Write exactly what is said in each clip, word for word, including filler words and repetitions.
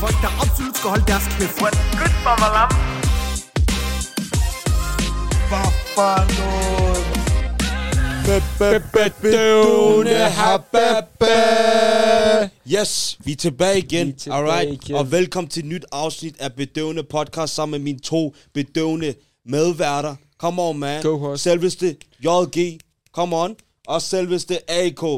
folk, der absolut skal holde deres kæft. What good, Bamalam? Hvad for noget? Bedøvende hababbe. Yes, vi er tilbage igen. Vi er tilbage Alright, igen. og velkommen til et nyt afsnit af Bedøvende Podcast sammen med mine to bedøvende medværter. Come on, man. Co-host. Selveste J G. Come on. Og selveste A K.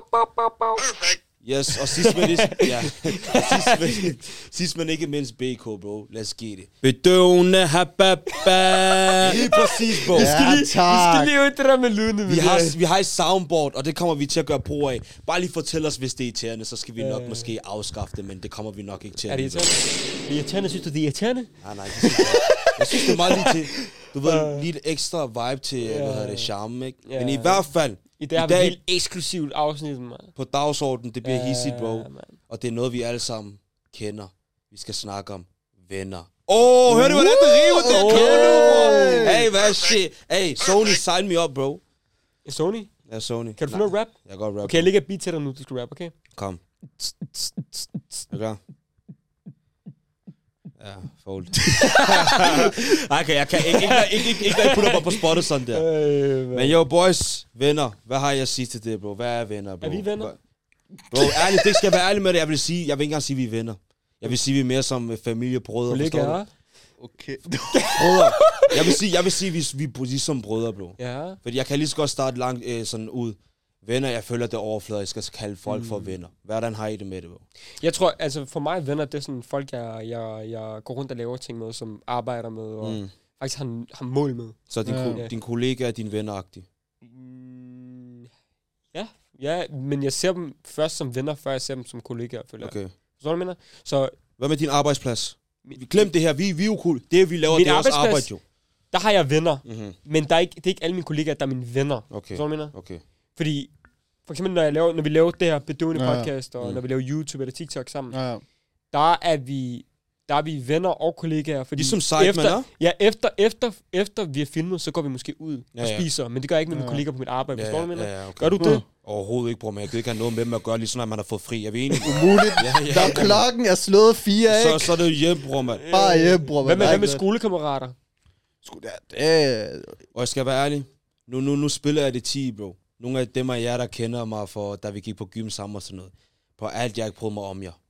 Yes, og sidst men ikke, ja. sidst, men, sidst men ikke mindst B K, bro. Let's get it. Bedøvende hababbe. Lige præcis, bro. Ja, Vi skal lige, vi tak. skal lige ud det der med lydene. Vi har, vi har et soundboard, og det kommer vi til at gøre brug af. Bare lige fortæl os, hvis det er irriterende, så skal vi nok Øh. måske afskaffe det, men det kommer vi nok ikke til. Er det irriterende? Det er irriterende, synes du, det er irriterende? Nej, nej, det synes jeg ikke. Jeg synes, det er meget lige til, du ved, lige et ekstra vibe til, Ja. hvad hedder det, charme, ikke? Ja. Men i hvert fald, I dag har vi et helt eksklusivt afsnit, man. på dagsordenen, det bliver Ja, hissigt, bro. man. Og det er noget, vi alle sammen kender. Vi skal snakke om venner. Åh, oh, hør du, hvordan det river det Oh. kæde nu, bro? Hey, hvad shit? Hey, Sony, sign me up, bro. Sony, Ja, Sony. kan du finde noget rap? Jeg kan godt rap. Okay, jeg lægger et beat til dig nu, du skal rap, okay? Kom. Er du klar? Ja, fold. Okay, jeg kan ikke, ikke, ikke, ikke, ikke, ikke putte mig på spottet sådan der. Øh, Men jo, boys, venner. Hvad har jeg at sige til det, bro? Hvad er venner, bro? Er vi venner? Bro, ærligt, det skal jeg være ærlig med det. Jeg vil sige, jeg vil ikke engang sige, at vi er venner. Jeg vil sige, at vi er mere som familie, brødre. forstår du? kollegaer. Okay. Brødre. Jeg vil sige, jeg vil sige, at vi, vi er ligesom brødre, bro. Ja. Fordi jeg kan lige så godt starte langt øh, sådan ud. Venner, jeg føler, det er overfladet. Jeg skal kalde folk mm. for venner. Hvordan har I det med det, bro? Jeg tror, altså for mig venner, det er sådan folk, jeg, jeg, jeg går rundt og laver ting med, som arbejder med, og Mm. faktisk har, har mål med. Så din, Ja. ko- din kollega er din venneragtig. Mm, ja, ja, men jeg ser dem først som venner, før jeg ser dem som kollegaer, føler jeg. Okay. Forstår du, hvad jeg mener? Så Hvad med din arbejdsplads? Min- Vi glem det her. Vi, vi er jo cool. Det, vi laver, Min det er også arbejdsplads- arbejde, jo. der har jeg venner, Mm-hmm. men der er ikke, det er ikke alle mine kollegaer, der er mine venner. Okay. Forstår du, hvad jeg mener? Okay. Fordi, for eksempel, når, jeg laver, når vi laver det her bedøvende Ja. podcast, og Mm. når vi laver YouTube eller TikTok sammen, Ja. der er vi... Der er vi venner og kollegaer, fordi Ligesom Sideman, efter, er? ja, efter, efter, efter vi har filmet, så går vi måske ud Ja, og ja. spiser, men det gør jeg ikke med mine Ja. kollegaer på mit arbejde, forstår du, hvad jeg mener? ja, ja, okay. Gør du det? Overhovedet ikke, bror, men jeg kan ikke have noget med dem at gøre, lige sådan, at man har fået fri. Er vi enige? Umuligt. Ja, ja, Der er bror, klokken er slået fire, man. ikke? Så, så er det jo hjem, bror, mand. Bare hjem, bror. Hvad med, Der er hvad med ikke skolekammerater? noget- Det er... Og jeg skal være ærlig. Nu, nu, nu spiller jeg det ti, bro. Nogle af dem af jer, der kender mig, for, da vi gik på gym sammen og sådan noget. På alt, jeg ikke prøvede mig om jer.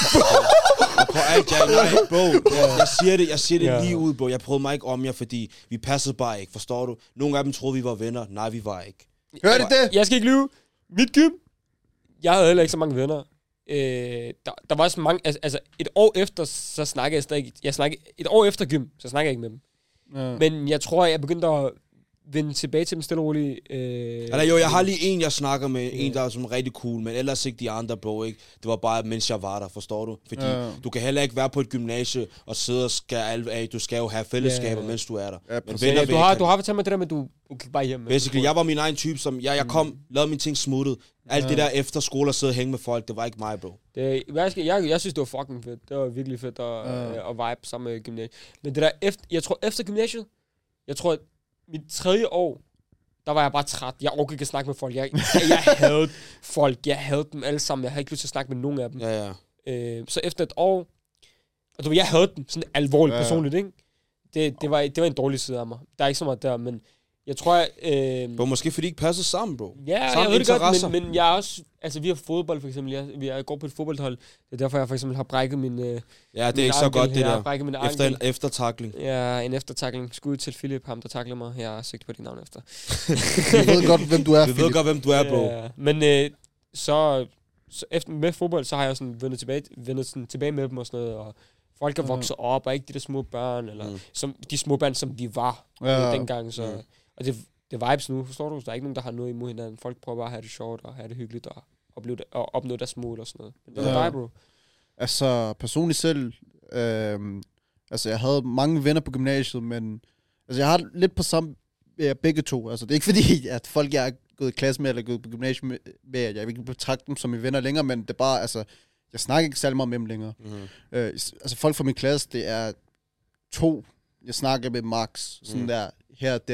Og på alt, jeg nej, bro. Jeg, jeg siger det, jeg siger det Ja. lige ud, bro. Jeg prøvede mig ikke om jer, fordi vi passede bare ikke, forstår du? Nogle af dem troede, vi var venner. Nej, vi var ikke. Hør det det? Jeg skal ikke lyve. Mit gym. Jeg havde heller ikke så mange venner. Øh, der, der var så mange... Altså, altså, et år efter, så snakkede jeg stadig... Jeg snakkede, et år efter gym, så snakkede jeg ikke med dem. Ja. Men jeg tror, jeg begyndte at vende tilbage til dem stille og roligt. Øh, Eller jo, jeg har lige en, jeg snakker med. En, Ja. der er sådan rigtig cool, men ellers ikke de andre, bro, ikke? Det var bare, mens jeg var der, forstår du? Fordi Ja. du kan heller ikke være på et gymnasie og sidde og skal alt af. Du skal jo have fællesskaber, Ja. mens du er der. Ja, Men præcis. venner ja, vil du, har, ikke du have- har fortalt mig det der med, at du, du gik bare hjem. Basically, jeg var min egen type, som jeg, jeg kom, lavede mine ting smuttet. Alt Ja. det der efter skole og sidde og hænge med folk, det var ikke mig, bro. Det, jeg, skal, jeg, jeg synes, det var fucking fedt. Det var virkelig fedt at, Ja. ja. at vibe sammen med gymnasiet. Men det der efter, jeg tror efter gymnasiet, jeg tror, at mit tredje år, der var jeg bare træt. Jeg orkede ikke at snakke med folk. Jeg, jeg, jeg havde folk. Jeg havde dem alle sammen. Jeg havde ikke lyst til at snakke med nogen af dem. Ja, ja. Øh, så efter et år, altså jeg havde dem sådan alvorligt Ja. personligt, ikke? Det, det, var, det var en dårlig side af mig. Der er ikke så meget der, men jeg tror, jeg... Øh, Bro, måske fordi I ikke passer sammen, bro. Ja, Samme jeg ved det godt, interesser. men, men jeg er også... Altså, vi har fodbold, for eksempel. Jeg, vi er, jeg går på et fodboldhold. Det er derfor, jeg for eksempel har brækket min... Øh, Ja, det er min ikke så ankel godt, det her. Jeg har der. brækket min Efter en ankel. eftertakling. Ja, en eftertakling. Skud til Philip, ham der taklede mig. Jeg har sigtet på dit navn efter. Jeg ved godt, hvem du er, Vi ved Philip. godt, hvem du er, bro. Ja, men øh, så, så efter med fodbold, så har jeg sådan vendt tilbage, vendt sådan tilbage med dem og sådan noget. Og folk er Ja. vokset op, og ikke de der små børn, eller Mm. mm. som, de små børn, som vi var Ja. ja. dengang. Så, Mm. og det, det er vibes nu, forstår du? Der er ikke nogen, der har noget imod hinanden. Folk prøver bare at have det sjovt, og have det hyggeligt, og, opleve det, og opnå deres mål og sådan noget. Men det er Ja. dig, bro. Altså, personligt selv, øhm, altså, jeg havde mange venner på gymnasiet, men altså, jeg har lidt på samme, ja, begge to. Altså, det er ikke fordi, at folk, jeg er gået i klasse med, eller gået på gymnasiet med, med, at jeg vil ikke betragte dem som mine venner længere, men det er bare, altså, jeg snakker ikke særlig meget med dem længere. Mm-hmm. Øh, altså, folk fra min klasse, det er to, jeg snakker med max, sådan Mm. der, her og der.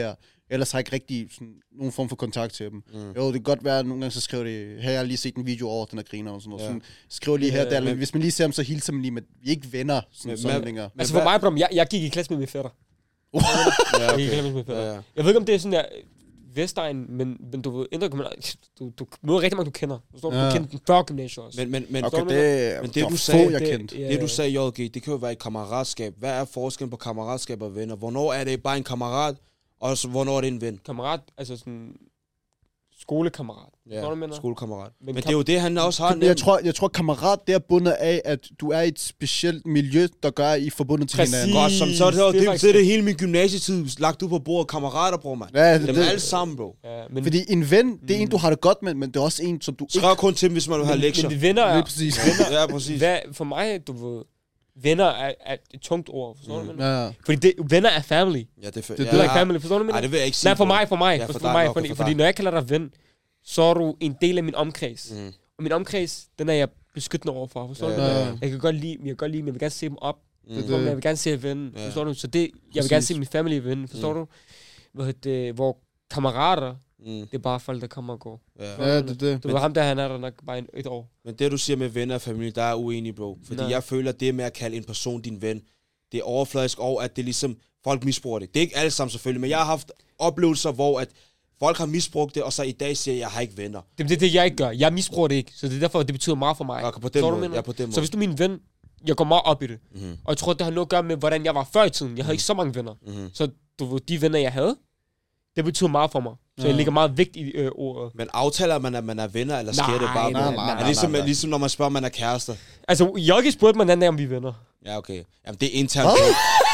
ellers har jeg ikke rigtig sådan, nogen form for kontakt til dem. Mm. Jo, det kan godt være, at nogle gange så skriver de, her jeg har lige set en video over, den er griner og sådan noget. Ja. Sådan, skriver lige her, Ja, der, men- hvis man lige ser dem, så hilser man lige, men vi er ikke venner sådan, Men- sådan men- længere. Altså for mig, bro, jeg, jeg gik i klasse med min fætter. Ja, Jeg gik i okay. klasse med min fætter. Ja, ja. Jeg ved ikke, om det er sådan der Vestegn, men, men du ved, indre gymnasiet, du, du møder rigtig mange, du kender. Forstår du? Ja. Du kender den før gymnasiet også. Men, men, men, Okay, Forstår du, det, Men det, der du er sagde, få, jeg det- kendte. ja. det du sagde, J G, det kan jo være et kammeratskab. Hvad er forskellen på kammeratskab og venner? Hvornår er det bare en kammerat, og så, hvornår er det en ven? Kammerat, altså sådan skolekammerat. Ja, Forstår du, hvad jeg mener? skolekammerat. Men Men, kam- det er jo det, han også har Jeg nemt. tror, jeg tror kammerat, det er bundet af, at du er i et specielt miljø, der gør, at I er forbundet til Præcis. hinanden. Godt, som, så er det, Det er det, det, faktisk- det, er det hele min gymnasietid lagt ud på bordet. Kammerater, bror, mand. Ja, det, Dem det, alle sammen, bro. Ja, men, fordi en ven, det er en, du har det godt med, men det er også en, som du ikke... Skriv kun til, hvis man vil have men, lektier. men de venner er, Lige præcis. Ja, præcis. hvad, for mig, du ved, venner er, er et tungt ord, forstår du, Mm. hvad jeg mener? Ja. Fordi det, venner er family. Ja, det er fedt. Det- Det er like family, forstår du, hvad Nej, jeg det mener? vil jeg ikke sige. Nej, for bro. mig, for mig, Ja, for, for for dig mig, nok, fordi, for fordi dig. når jeg kalder dig ven, så er du en del af min omkreds. Mm. Og min omkreds, den er jeg beskyttende overfor, forstår Ja, du? ja, hvad jeg ja. mener? Jeg kan godt lide, jeg kan godt lide, men jeg vil gerne se dem op. Mm. Det- Forstår du? Jeg vil gerne se vennen, Ja. forstår du? Så det, jeg vil Præcis. gerne se min family ven, forstår Mm. du? Hvad hedder det, hvor kammerater, Mm. det er bare folk, der kommer og går. Ja. Ja, det er det. Du ved, ham der, han er der nok bare en, et år. Men det, du siger med venner og familie, der er jeg uenig, bro. Fordi Nej. jeg føler, at det med at kalde en person din ven, det er overfladisk, og at det ligesom, folk misbruger det. Det er ikke alle sammen selvfølgelig, men jeg har haft oplevelser, hvor at folk har misbrugt det, og så i dag siger jeg, at jeg har ikke venner. Det, det er det, jeg ikke gør. Jeg misbruger det ikke, så det er derfor, det betyder meget for mig. Og på den Forstår du, måde, hvad ja, på den måde. Så hvis du er min ven, jeg går meget op i det. Mm-hmm. Og jeg tror, det har noget at gøre med, hvordan jeg var før i tiden. Jeg havde ikke så mange venner. Mm-hmm. Så du ved, de venner, jeg havde, det betyder meget for mig. Så Ja. jeg lægger meget vægt i øh, ordet. Men aftaler man, at man er venner, eller sker Nej, det bare? nej, bro? nej, Er nej, det ligesom, nej, nej. ligesom når man spørger, om man er kærester? Altså, Jokki spurgte mig den anden dag, om vi er venner. Ja, okay. Jamen, det er intern joke.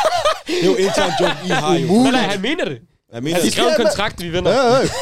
Det er jo intern joke, I har jo. Men nej, han mener det. Jeg mener, Han det. skrev en kontrakt, vi er venner. Ja, ja.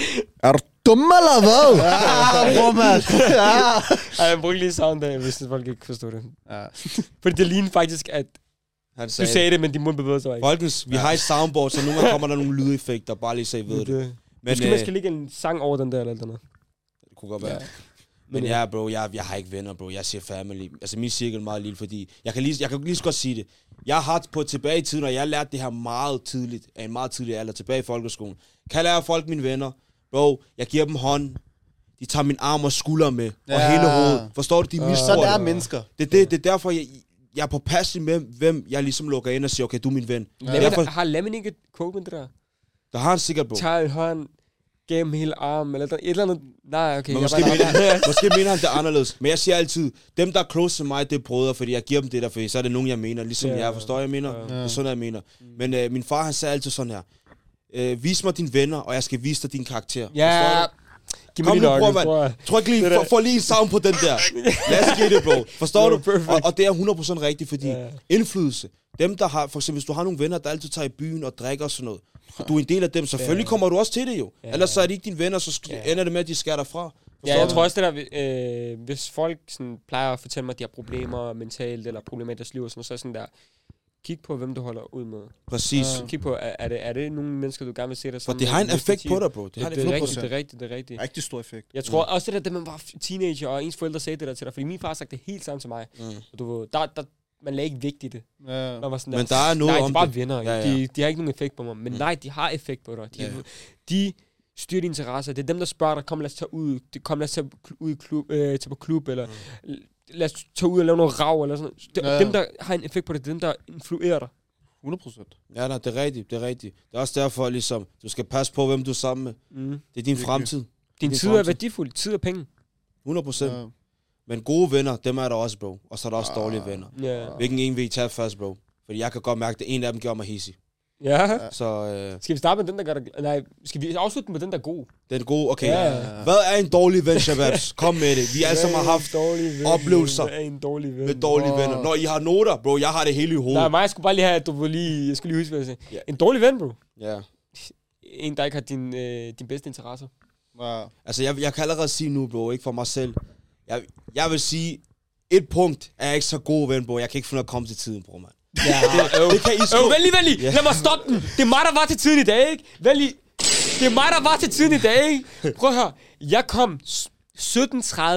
Er du dum eller hvad? Ja, bror, mand. Ja. Ej, jeg brugte lige sound af, hvis folk ikke forstår det. Ja. Fordi det ligner faktisk, at Han du sagde, sagde det, men din mund bevægede sig ikke. Folkens, vi har et soundboard, så nogle gange kommer der nogle lydeffekter, bare lige så I ved det. det. Men Måske man øh, skal lægge en sang over den der, eller noget. det kunne godt være. Ja. Men Men ja, bro, jeg, jeg har ikke venner, bro. Jeg siger family. Altså, min cirkel er meget lille, fordi... Jeg kan lige, jeg kan lige så godt sige det. Jeg har på tilbage i tiden, og jeg lærte det her meget tidligt, af en meget tidlig alder, tilbage i folkeskolen. Kalder jeg folk mine venner. Bro, jeg giver dem hånd. De tager min arm og skulder med, og Ja. hele hovedet. Forstår du? De Så misbruger der er det. mennesker. Det er det, det er derfor, jeg, jeg er påpasselig med, hvem jeg ligesom lukker ind og siger, okay, du er min ven. Ja. Derfor, Har Lemon ikke et quote med det der? der har han sikkert, bro. Tag en hånd, gennem hele armen, eller et eller andet. Nej, okay. Men jeg måske, bare- mener han, måske mener han det anderledes. Men jeg siger altid, dem der er close til mig, det er brødre, fordi jeg giver dem det der, fordi så er det nogen, jeg mener. Ligesom Ja. jeg forstår, jeg mener. Ja. Det er sådan, jeg mener. Men øh, min far, han sagde altid sådan her. Øh, vis mig dine venner, og jeg skal vise dig din karakter. Ja, Forstår du? giv Kom mig nu, din bror, nøgle, tror jeg. mand. Tror ikke lige, Det der- få, få lige en sound på den der. Lad os get it, bro. Forstår Det du? var perfect. Og, og det er hundrede procent rigtigt, fordi Ja. indflydelse. Dem, der har, for eksempel, hvis du har nogle venner, der altid tager i byen og drikker og sådan noget, og du er en del af dem, selvfølgelig Ja. kommer du også til det jo. Ja. Ellers så er de ikke dine venner, så sk- Ja. ender det med, at de skærer dig fra. Ja, Forstår jeg du? tror også det der, øh, hvis folk sådan plejer at fortælle mig, at de har problemer mentalt, eller problemer i deres liv og sådan noget, så er jeg sådan der, kig på, hvem du holder ud med. Præcis. Ja. Kig på, er, er, det, er det nogle mennesker, du gerne vil se dig For sammen det med har en næste effekt ti på år? dig, bro. Det Det, har det, det det er hundrede rigtigt, procent. det er rigtigt, det er rigtigt. Rigtig stor effekt. Jeg tror også, det der, da man var teenager, og ens forældre sagde det der til dig, fordi min far har sagt det helt samme til mig. Mm. Og du ved, der, der, man lagde ikke vægt i det. Ja. Man var sådan Men der er noget nej, om de er bare det. venner. Ja, ja. De, de har ikke nogen effekt på mig. Men Mm. nej, de har effekt på dig. De, Ja. de styrer dine interesser. Det er dem, der spørger dig, kom lad os tage ud, det- kom lad os tage ud i klub, øh, tage på klub, eller Mm. lad os tage ud og lave noget rav, eller sådan noget. De, Ja, ja. Dem, der har en effekt på det, det er dem, der influerer dig. hundrede procent. Ja, nej, det er rigtigt, det er rigtigt. Det er også derfor, ligesom, du skal passe på, hvem du er sammen med. Mm. Det er din Virkelig. fremtid. Din Din tid er fremtid. værdifuld. Tid er penge. hundrede procent. Ja. Men gode venner, dem er der også, bro. Og så er der også Ah. dårlige venner. Ja. Hvilken en vil I tage først, bro? Fordi jeg kan godt mærke, at en af dem gør mig hissig. Ja. Så øh, Skal vi starte med den, der gør dig... Nej, skal vi afslutte med den, der er god? den gode, okay. Ja. Hvad er en dårlig ven, Shababs? Kom med det. Vi alle sammen har haft dårlig ven. oplevelser Hvad er en dårlig ven? med dårlige Wow. venner. Når I har noter, bro, jeg har det hele i hovedet. Nej, mig, jeg skulle bare lige have, at du vil lige... Jeg skulle lige huske, hvad jeg sagde. Ja. En dårlig ven, bro. Ja. En, der ikke har din, øh, din bedste interesser. Ja. Altså, jeg, jeg kan allerede sige nu, bro, ikke for mig selv. Jeg, jeg vil sige, et punkt er jeg ikke så god ven, bro. Jeg kan ikke finde at komme til tiden, bro, man. Ja, det, Det kan I sgu. Øh, vent lige, vent lige. Ja. Lad mig stoppe den. Det er mig, der var til tiden i dag, ikke? Vent lige. Det er mig, der var til tiden i dag, ikke? Prøv at høre. Jeg kom s- sytten tredive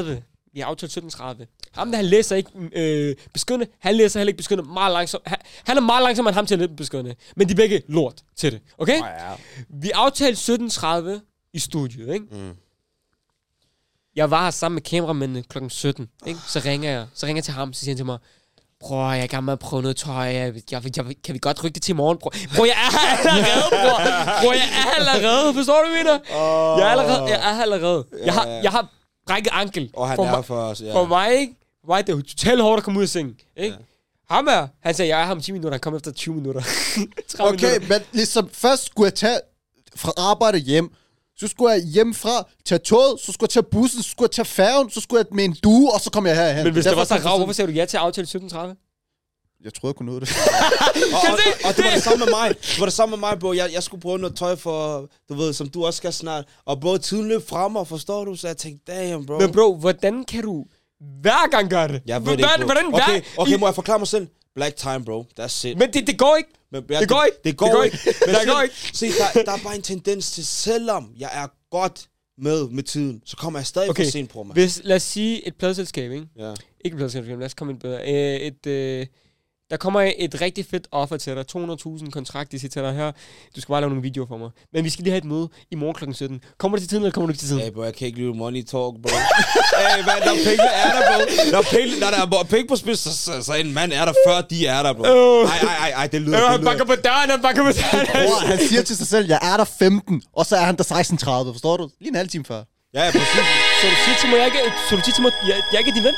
vi har aftalt sytten tredive. Ham der, han læser ikke øh, beskyttende. Han læser heller ikke beskyttende meget langsomt. Han, han er meget langsom, end ham til at læse beskyttende. Men de er begge lort til det, okay? Oh, ja. Vi aftalte sytten tredive i studiet, ikke? Mm. Jeg var her sammen med kameramændene klokken sytten, ikke? Så ringer jeg, så ringer jeg til ham, så siger han til mig, bror, jeg er i gang med at prøve noget tøj, jeg, jeg, jeg, kan vi godt rykke det til i morgen, bror? Bror, jeg er her allerede, bror! Bror, jeg er allerede, forstår du, mener? Oh. Jeg er allerede, jeg er her allerede. Jeg har, jeg har brækket ankel. Og han for er mig, for os, ja. For mig, ikke? For mig, det er jo totalt hårdt at komme ud af sengen, ikke? Ja. Ham er, han sagde, jeg er her om ti minutter, han kom efter tyve minutter. Okay, minutter. men ligesom først skulle jeg tage fra arbejde hjem, så skulle jeg hjemmefra tage toget, så skulle jeg tage bussen, så skulle jeg tage færgen, så skulle jeg med en due, og så kom jeg herhen. Men hvis Derfor det var så kom rav, hvorfor sagde du ja til aftale sytten tredive? Jeg troede, jeg kunne nå det. og, og, og, og det var det samme med mig. Det var det samme med mig, bro. Jeg, jeg skulle prøve noget tøj for, du ved, som du også skal snart. Og bro, tiden løb frem og forstår du? Så jeg tænkte, damn, bro. Men bro, hvordan kan du hver gang gøre det? Jeg ved det hvordan, ikke, bro. hvordan, okay, hver, okay, I, må jeg forklare mig selv? Black time, bro. That's it. Men det, det går ikke. Men, ja, det går ikke. Det går, det går ikke. ikke. Men det se, går ikke. Se, der, der er bare en tendens til, selvom jeg er godt med med tiden, så kommer jeg stadig okay. for sent på mig. Hvis, lad os sige et pladeselskab, ikke? Ja. Ikke et pladeselskab, lad os komme ind bedre. Øh, et, øh, der kommer et rigtig fedt offer til dig. to hundrede tusind kontrakt, de siger til dig her. Du skal bare lave nogle videoer for mig. Men vi skal lige have et møde i morgen klokken sytten. Kommer du til tiden, eller kommer du ikke til tiden? Hey, bro, jeg kan ikke lide money talk, bro. Hey, man, der er penge, der er der, bro. Der er penge, når der er penge på spil, så, så, så en mand er der, før de er der, bro. Øh. Ej, ej, ej, ej, det lyder... Øh, det han lyder. banker på døren, han banker på døren. Bror, han siger til sig selv, jeg er der femten, og så er han der seksten tredive, forstår du? Lige en halv time før. Ja, ja, præcis. Så du siger til mig, jeg ikke, så du siger til mig, jeg, jeg ikke er din ven?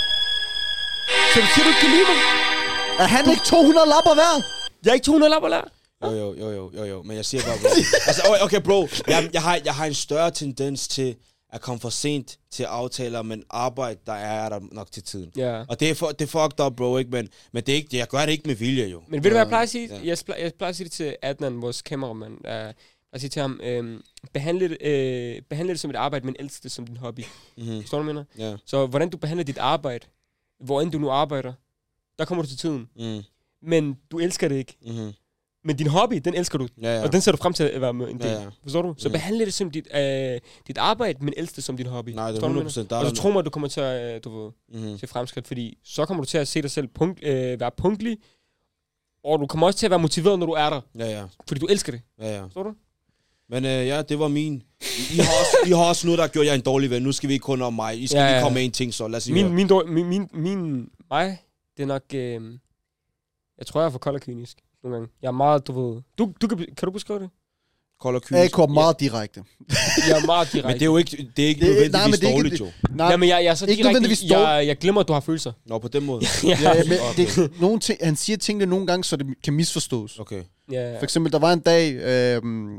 Så du siger, du ikke kan lide mig? Er han ikke to hundrede lapper værd? Jeg er ikke to hundrede lapper der. Jo, jo, jo, jo, jo, jo, men jeg siger bare, bro. Altså, okay, okay, bro, jeg, jeg, har, jeg har en større tendens til at komme for sent til aftaler, men arbejde, der er der nok til tiden. Ja. Og det er, for, det er fucked up, bro, ikke? Men, men det er ikke, jeg gør det ikke med vilje, jo. Men ved du, hvad jeg plejer at sige? Ja. Jeg, plejer, jeg plejer at sige det til Adnan, vores kameramand. Uh, jeg siger til ham, øh, behandle, det, øh, behandle det som et arbejde, men elsk det som din hobby. Mm-hmm. Forstår du, hvad jeg mener? Ja. Så hvordan du behandler dit arbejde, hvor end du nu arbejder, der kommer du til tiden. Mm. Men du elsker det ikke. Mm-hmm. Men din hobby, den elsker du. Ja, ja. Og den ser du frem til at være med en del. Ja, ja. Forstår du? Så Mhm. behandle det som dit, øh, dit arbejde, men elsk det som din hobby. Nej, det er Forstår du, hvad hundrede jeg procent. Der mener? er Og så der tror mig, at du kommer til at øh, du ved, mm-hmm. se fremskridt, fordi så kommer du til at se dig selv punkt, øh, være punktlig, og du kommer også til at være motiveret, når du er der. Ja, ja. Fordi du elsker det. Ja, ja. Forstår du? Men øh, ja, det var min. I, I, har også, I har også noget, der gjort jer en dårlig ven. Nu skal vi ikke kun om mig. I skal Ja, ja, ja. lige komme med en ting, så lad os lige Min, høre. min, dår, min, min, min, mig, det er nok, øh, jeg tror, jeg er for kold og kynisk nogle gange. Jeg er meget, du ved, du, du kan, kan du beskrive det? Kold og kynisk. A K er meget direkte. Jeg er meget direkte. Men det er jo ikke, det er ikke Det- nødvendigvis nej, men det er ikke- dårligt, jo. Nej, Jamen, jeg, jeg er så Ikke nødvendigvis direkte, dårligt. jeg, jeg glemmer, at du har følelser. Nå, på den måde. ja, ja, men Okay. det, nogle ting, han siger tingene nogle gange, så det kan misforstås. Okay. ja. For eksempel, der var en dag, øh,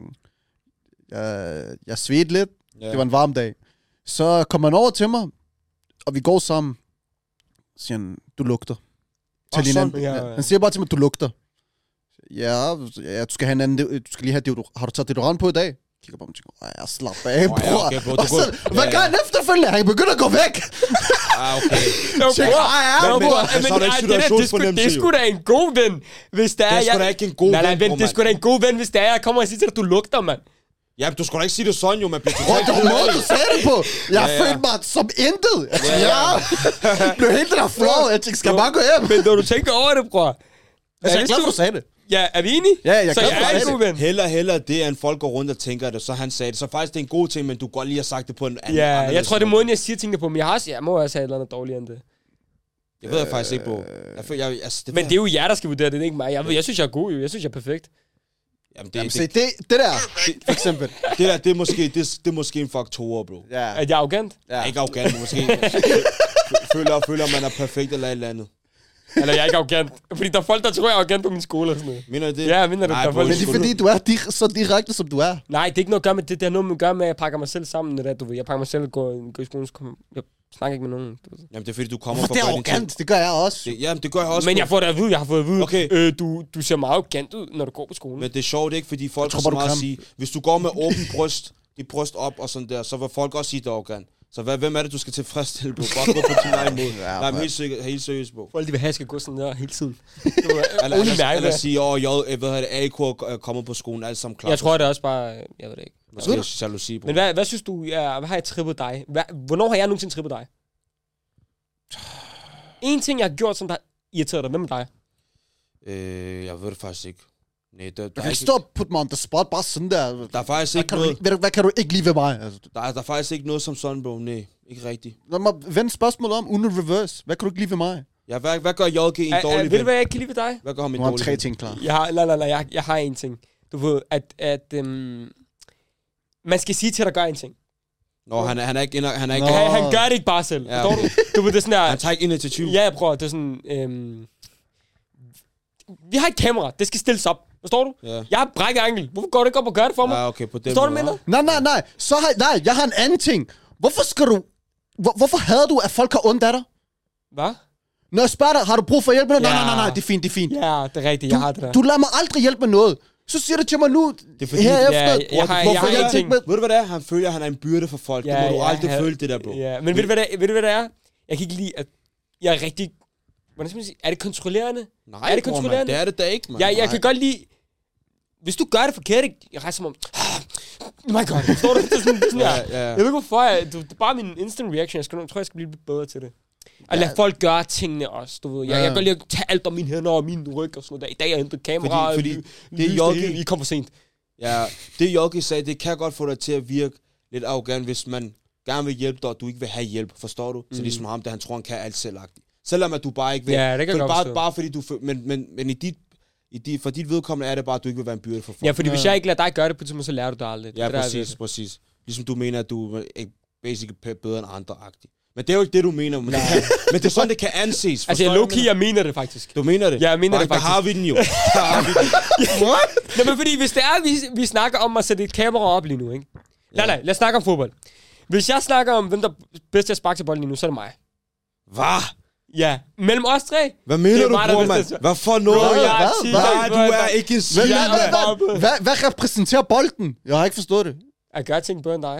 jeg, jeg svedte lidt. Ja. Det var en varm dag. Så kommer han over til mig, og vi går sammen. Så siger han, du lugter. Til Og hinanden. sådan, ja, Ja, ja. han siger bare til mig, du lugter. Ja, ja, du skal have en anden, du skal lige have deodorant. Har du taget deodorant på i dag? Kigger på mig og tænker, ej, jeg slapper af, Åh, bror. ja, okay, bro, du Og så, går- hvad ja, gør ja. han efterfølgende? Han begynder at gå væk. Ah, okay. Jo, Check, bror. ej, ja, Jo, men- bror. men så er der ikke ej, det der, det er sgu- situationsfornemmelse, Det er sgu jo. da en god ven, hvis det er... Det er sgu jeg- da ikke en god Nej, nej, ven, ven, bror, det er sgu da en god ven, hvis det er, jeg kommer og siger til dig, du lugter, mand. Ja, men du skulle da ikke sige det sådan, jo. Man bliver Bror, totalt det var måde, du sagde det på. Jeg Ja, ja. følte mig som intet. Jeg tænkte, Ja, ja. Jeg blev helt der flow. Jeg tænkte, skal jeg bare gå hjem? Men når du tænker over det, bror. Altså, jeg er glad for, du sagde det. Ja, er vi enige? Ja, jeg er Så glad jeg for, er du en sagde god det. ven. Heller, heller det, end folk går rundt og tænker det, så han sagde det. Så faktisk, det er en god ting, men du godt lige har sagt det på en anden Ja, jeg anderledes tror, det er måde. måden, jeg siger tingene på, men jeg, har også, jeg må også have et eller andet dårligere end det. Jeg ved jeg faktisk ikke, bro. Jeg, føler, jeg, altså, det Men det er jo jer, der skal vurdere det, det er ikke mig. Jeg, ved, jeg synes, jeg er god, jo. Jeg synes, jeg er perfekt. Jamen, det, Jamen, det, se, det, det der, for eksempel. det, der, det, er måske, det, det er måske en faktor, bro. Ja. At jeg er arrogant? Ja. Ikke arrogant, men måske føler, føler, man er perfekt eller et eller andet. Eller jeg er ikke arrogant. Fordi der er folk, der tror, jeg er arrogant på min skole og sådan noget. Mener du det? Ja, jeg mener det. Nej, Der er bro, folk- Men det er fordi, du er di- så direkte, som du er. Nej, det er ikke noget at gøre med det. Det er noget at gøre med, at jeg pakker mig selv sammen. Det der, du ved. Jeg pakker mig selv og går, går i skolen. Så kommer, jeg snakker ikke med nogen. Du ved. Jamen, det er fordi, du kommer For fra det er gøre dine ting. arrogant. Det gør jeg også. Det, jamen, det gør jeg også. Men bro. jeg får det at vide. Jeg har fået at vide. Okay. Øh, du, du ser meget arrogant ud, når du går på skolen. Men det er sjovt, ikke? Fordi folk tror har så bare, du meget at kan. sige. Hvis du går med åben bryst, dit bryst op og sådan der, så vil folk også sige, det er arrogant. Så hvad, hvem er det, du skal tilfredsstille, bro? Bare gå på din egen måde. Ja, Nej, men bro. helt, sikkert, helt seriøst, bro. Folk, de vil have, skal gå sådan der hele tiden. Eller, Uden eller, mærke eller det. sige, åh, jeg, jeg ved, at A K er kommet på skolen, alt sammen klar. Jeg tror, det er også bare... Jeg ved det ikke. Måske jalousi, bro. Men hvad, hvad synes du, ja, hvad har jeg trippet dig? Hvad, hvornår har jeg nogensinde trippet dig? En ting, jeg har gjort, som der irriterer dig. Hvem er dig? Øh, jeg ved det faktisk ikke. Nej, der, Du der, kan er ikke ikke, stå og putte mig on the spot, bare sådan der. der er faktisk Hvad ikke kan, du, noget, ikke- ved du, hvad kan du ikke lide ved mig? Altså, der, er, der er faktisk ikke noget som sådan, bro. Nej, ikke rigtigt. lad mig vende spørgsmålet om, uden reverse. Hvad kan du ikke lide ved mig? Ja, hvad, hvad gør J G en Er, er, dårlig ved du, ven? hvad jeg ikke kan lide ved dig? Hvad gør ham en Nu har han dårlig tre ven? ting klar. Jeg har, nej, nej, nej, jeg, jeg har en ting. Du ved, at, at øhm, man skal sige til dig, at gøre en ting. Nå, han er, han er ikke... inder- Han, er ikke Nå. Han, han gør det ikke bare selv. Ja, Forstår du? Du ved, det er sådan han der... tager ikke initiativ. Ja, jeg prøver. Det er sådan... Øhm, vi har et kamera. Det skal stilles op. Forstår du? Ja. Jeg har brækket ankel. Hvorfor går du ikke op og gør det for mig? Ja, okay, på den Forstår du, måde. mener? Nej, nej, nej. Så har, nej, jeg har en anden ting. Hvorfor skal du... Hvor, hvorfor hader du, at folk har ondt af dig? Hvad? Når jeg spørger dig, har du brug for hjælp med noget? Ja. Nej, nej, nej, nej, det er fint, det er fint. Ja, det er rigtigt. Jeg har det der. Du lader mig aldrig hjælpe med noget. Så siger du til mig nu, Det er fordi- herefter, Ja, jeg- jeg har- hvorfor jeg har hjælper en du ting. ikke med? Ved du, hvad det er? Han føler, at han er en byrde for folk. Ja, det må du jeg aldrig havde- føle, det der, bro. Ja, men ved du, hvad det, er? ved du, hvad det er? Jeg kan ikke lide, at jeg er rigtig... Hvordan skal man sige? Er det kontrollerende? Nej, Er det bror, mand. kontrollerende? Det er det da ikke, man. Jeg, jeg kan godt lide... Hvis du gør det forkert, ikke? Jeg rejser mig om... Oh my god, forstår du? Det er sådan, det er sådan Ja, der. ja. Jeg ved ikke, hvorfor. Jeg, du, det er bare min instant reaction. Jeg, skal, jeg tror, jeg skal blive lidt bedre til det. At lade folk gøre tingene også, du ved. Jeg, Ja. jeg kan godt lide at tage alt om mine hænder og min ryg og sådan noget. I dag har jeg hentet kamera. Fordi- fordi ly- det er lys, Jokke- hele. I kom for sent. Ja, det Jokke sagde, det kan godt få dig til at virke lidt arrogant, hvis man gerne vil hjælpe dig, og du ikke vil have hjælp, forstår du? Så ligesom ham, der han tror, han kan alt selvagtigt. Selvom at du bare ikke vil. Ja, det kan jeg For godt bare, forstå. bare fordi du... føl- Men, men, men i dit, i dit, for dit vedkommende er det bare, at du ikke vil være en byrde for folk. Ja, fordi hvis jeg ikke lader dig gøre det på et tidspunkt, så lærer du det aldrig. Det er Ja, det, der er præcis, ved det. præcis. Ligesom du mener, at du er basically bedre end andre-agtigt. Men det er jo ikke det, du mener. Men, det, kan, men det er sådan, det kan anses. Altså, Forstår jeg du, low hvad key, jeg mener det faktisk. Du mener det? Ja, jeg mener det Der faktisk. har vi den jo. Der har vi den. What? Jamen, fordi hvis det er, vi, vi snakker om at sætte et kamera op lige nu, ikke? Nej, nej, lad os snakke om fodbold. Hvis jeg snakker om, hvem der er bedst til at sparke til bolden lige nu, så er det mig. Hvad? Ja, mellem os tre. Hvad Det mener er du, mig, der bror, bestemmer. mand? Hvad for noget? Bro, jeg er hvad? ti- Hvad? Nej, du er ikke en svin. Hvad, Ja, hvad, ja. hvad, hvad, hvad repræsenterer bolden? Jeg har ikke forstået det. At gøre ting bedre end dig.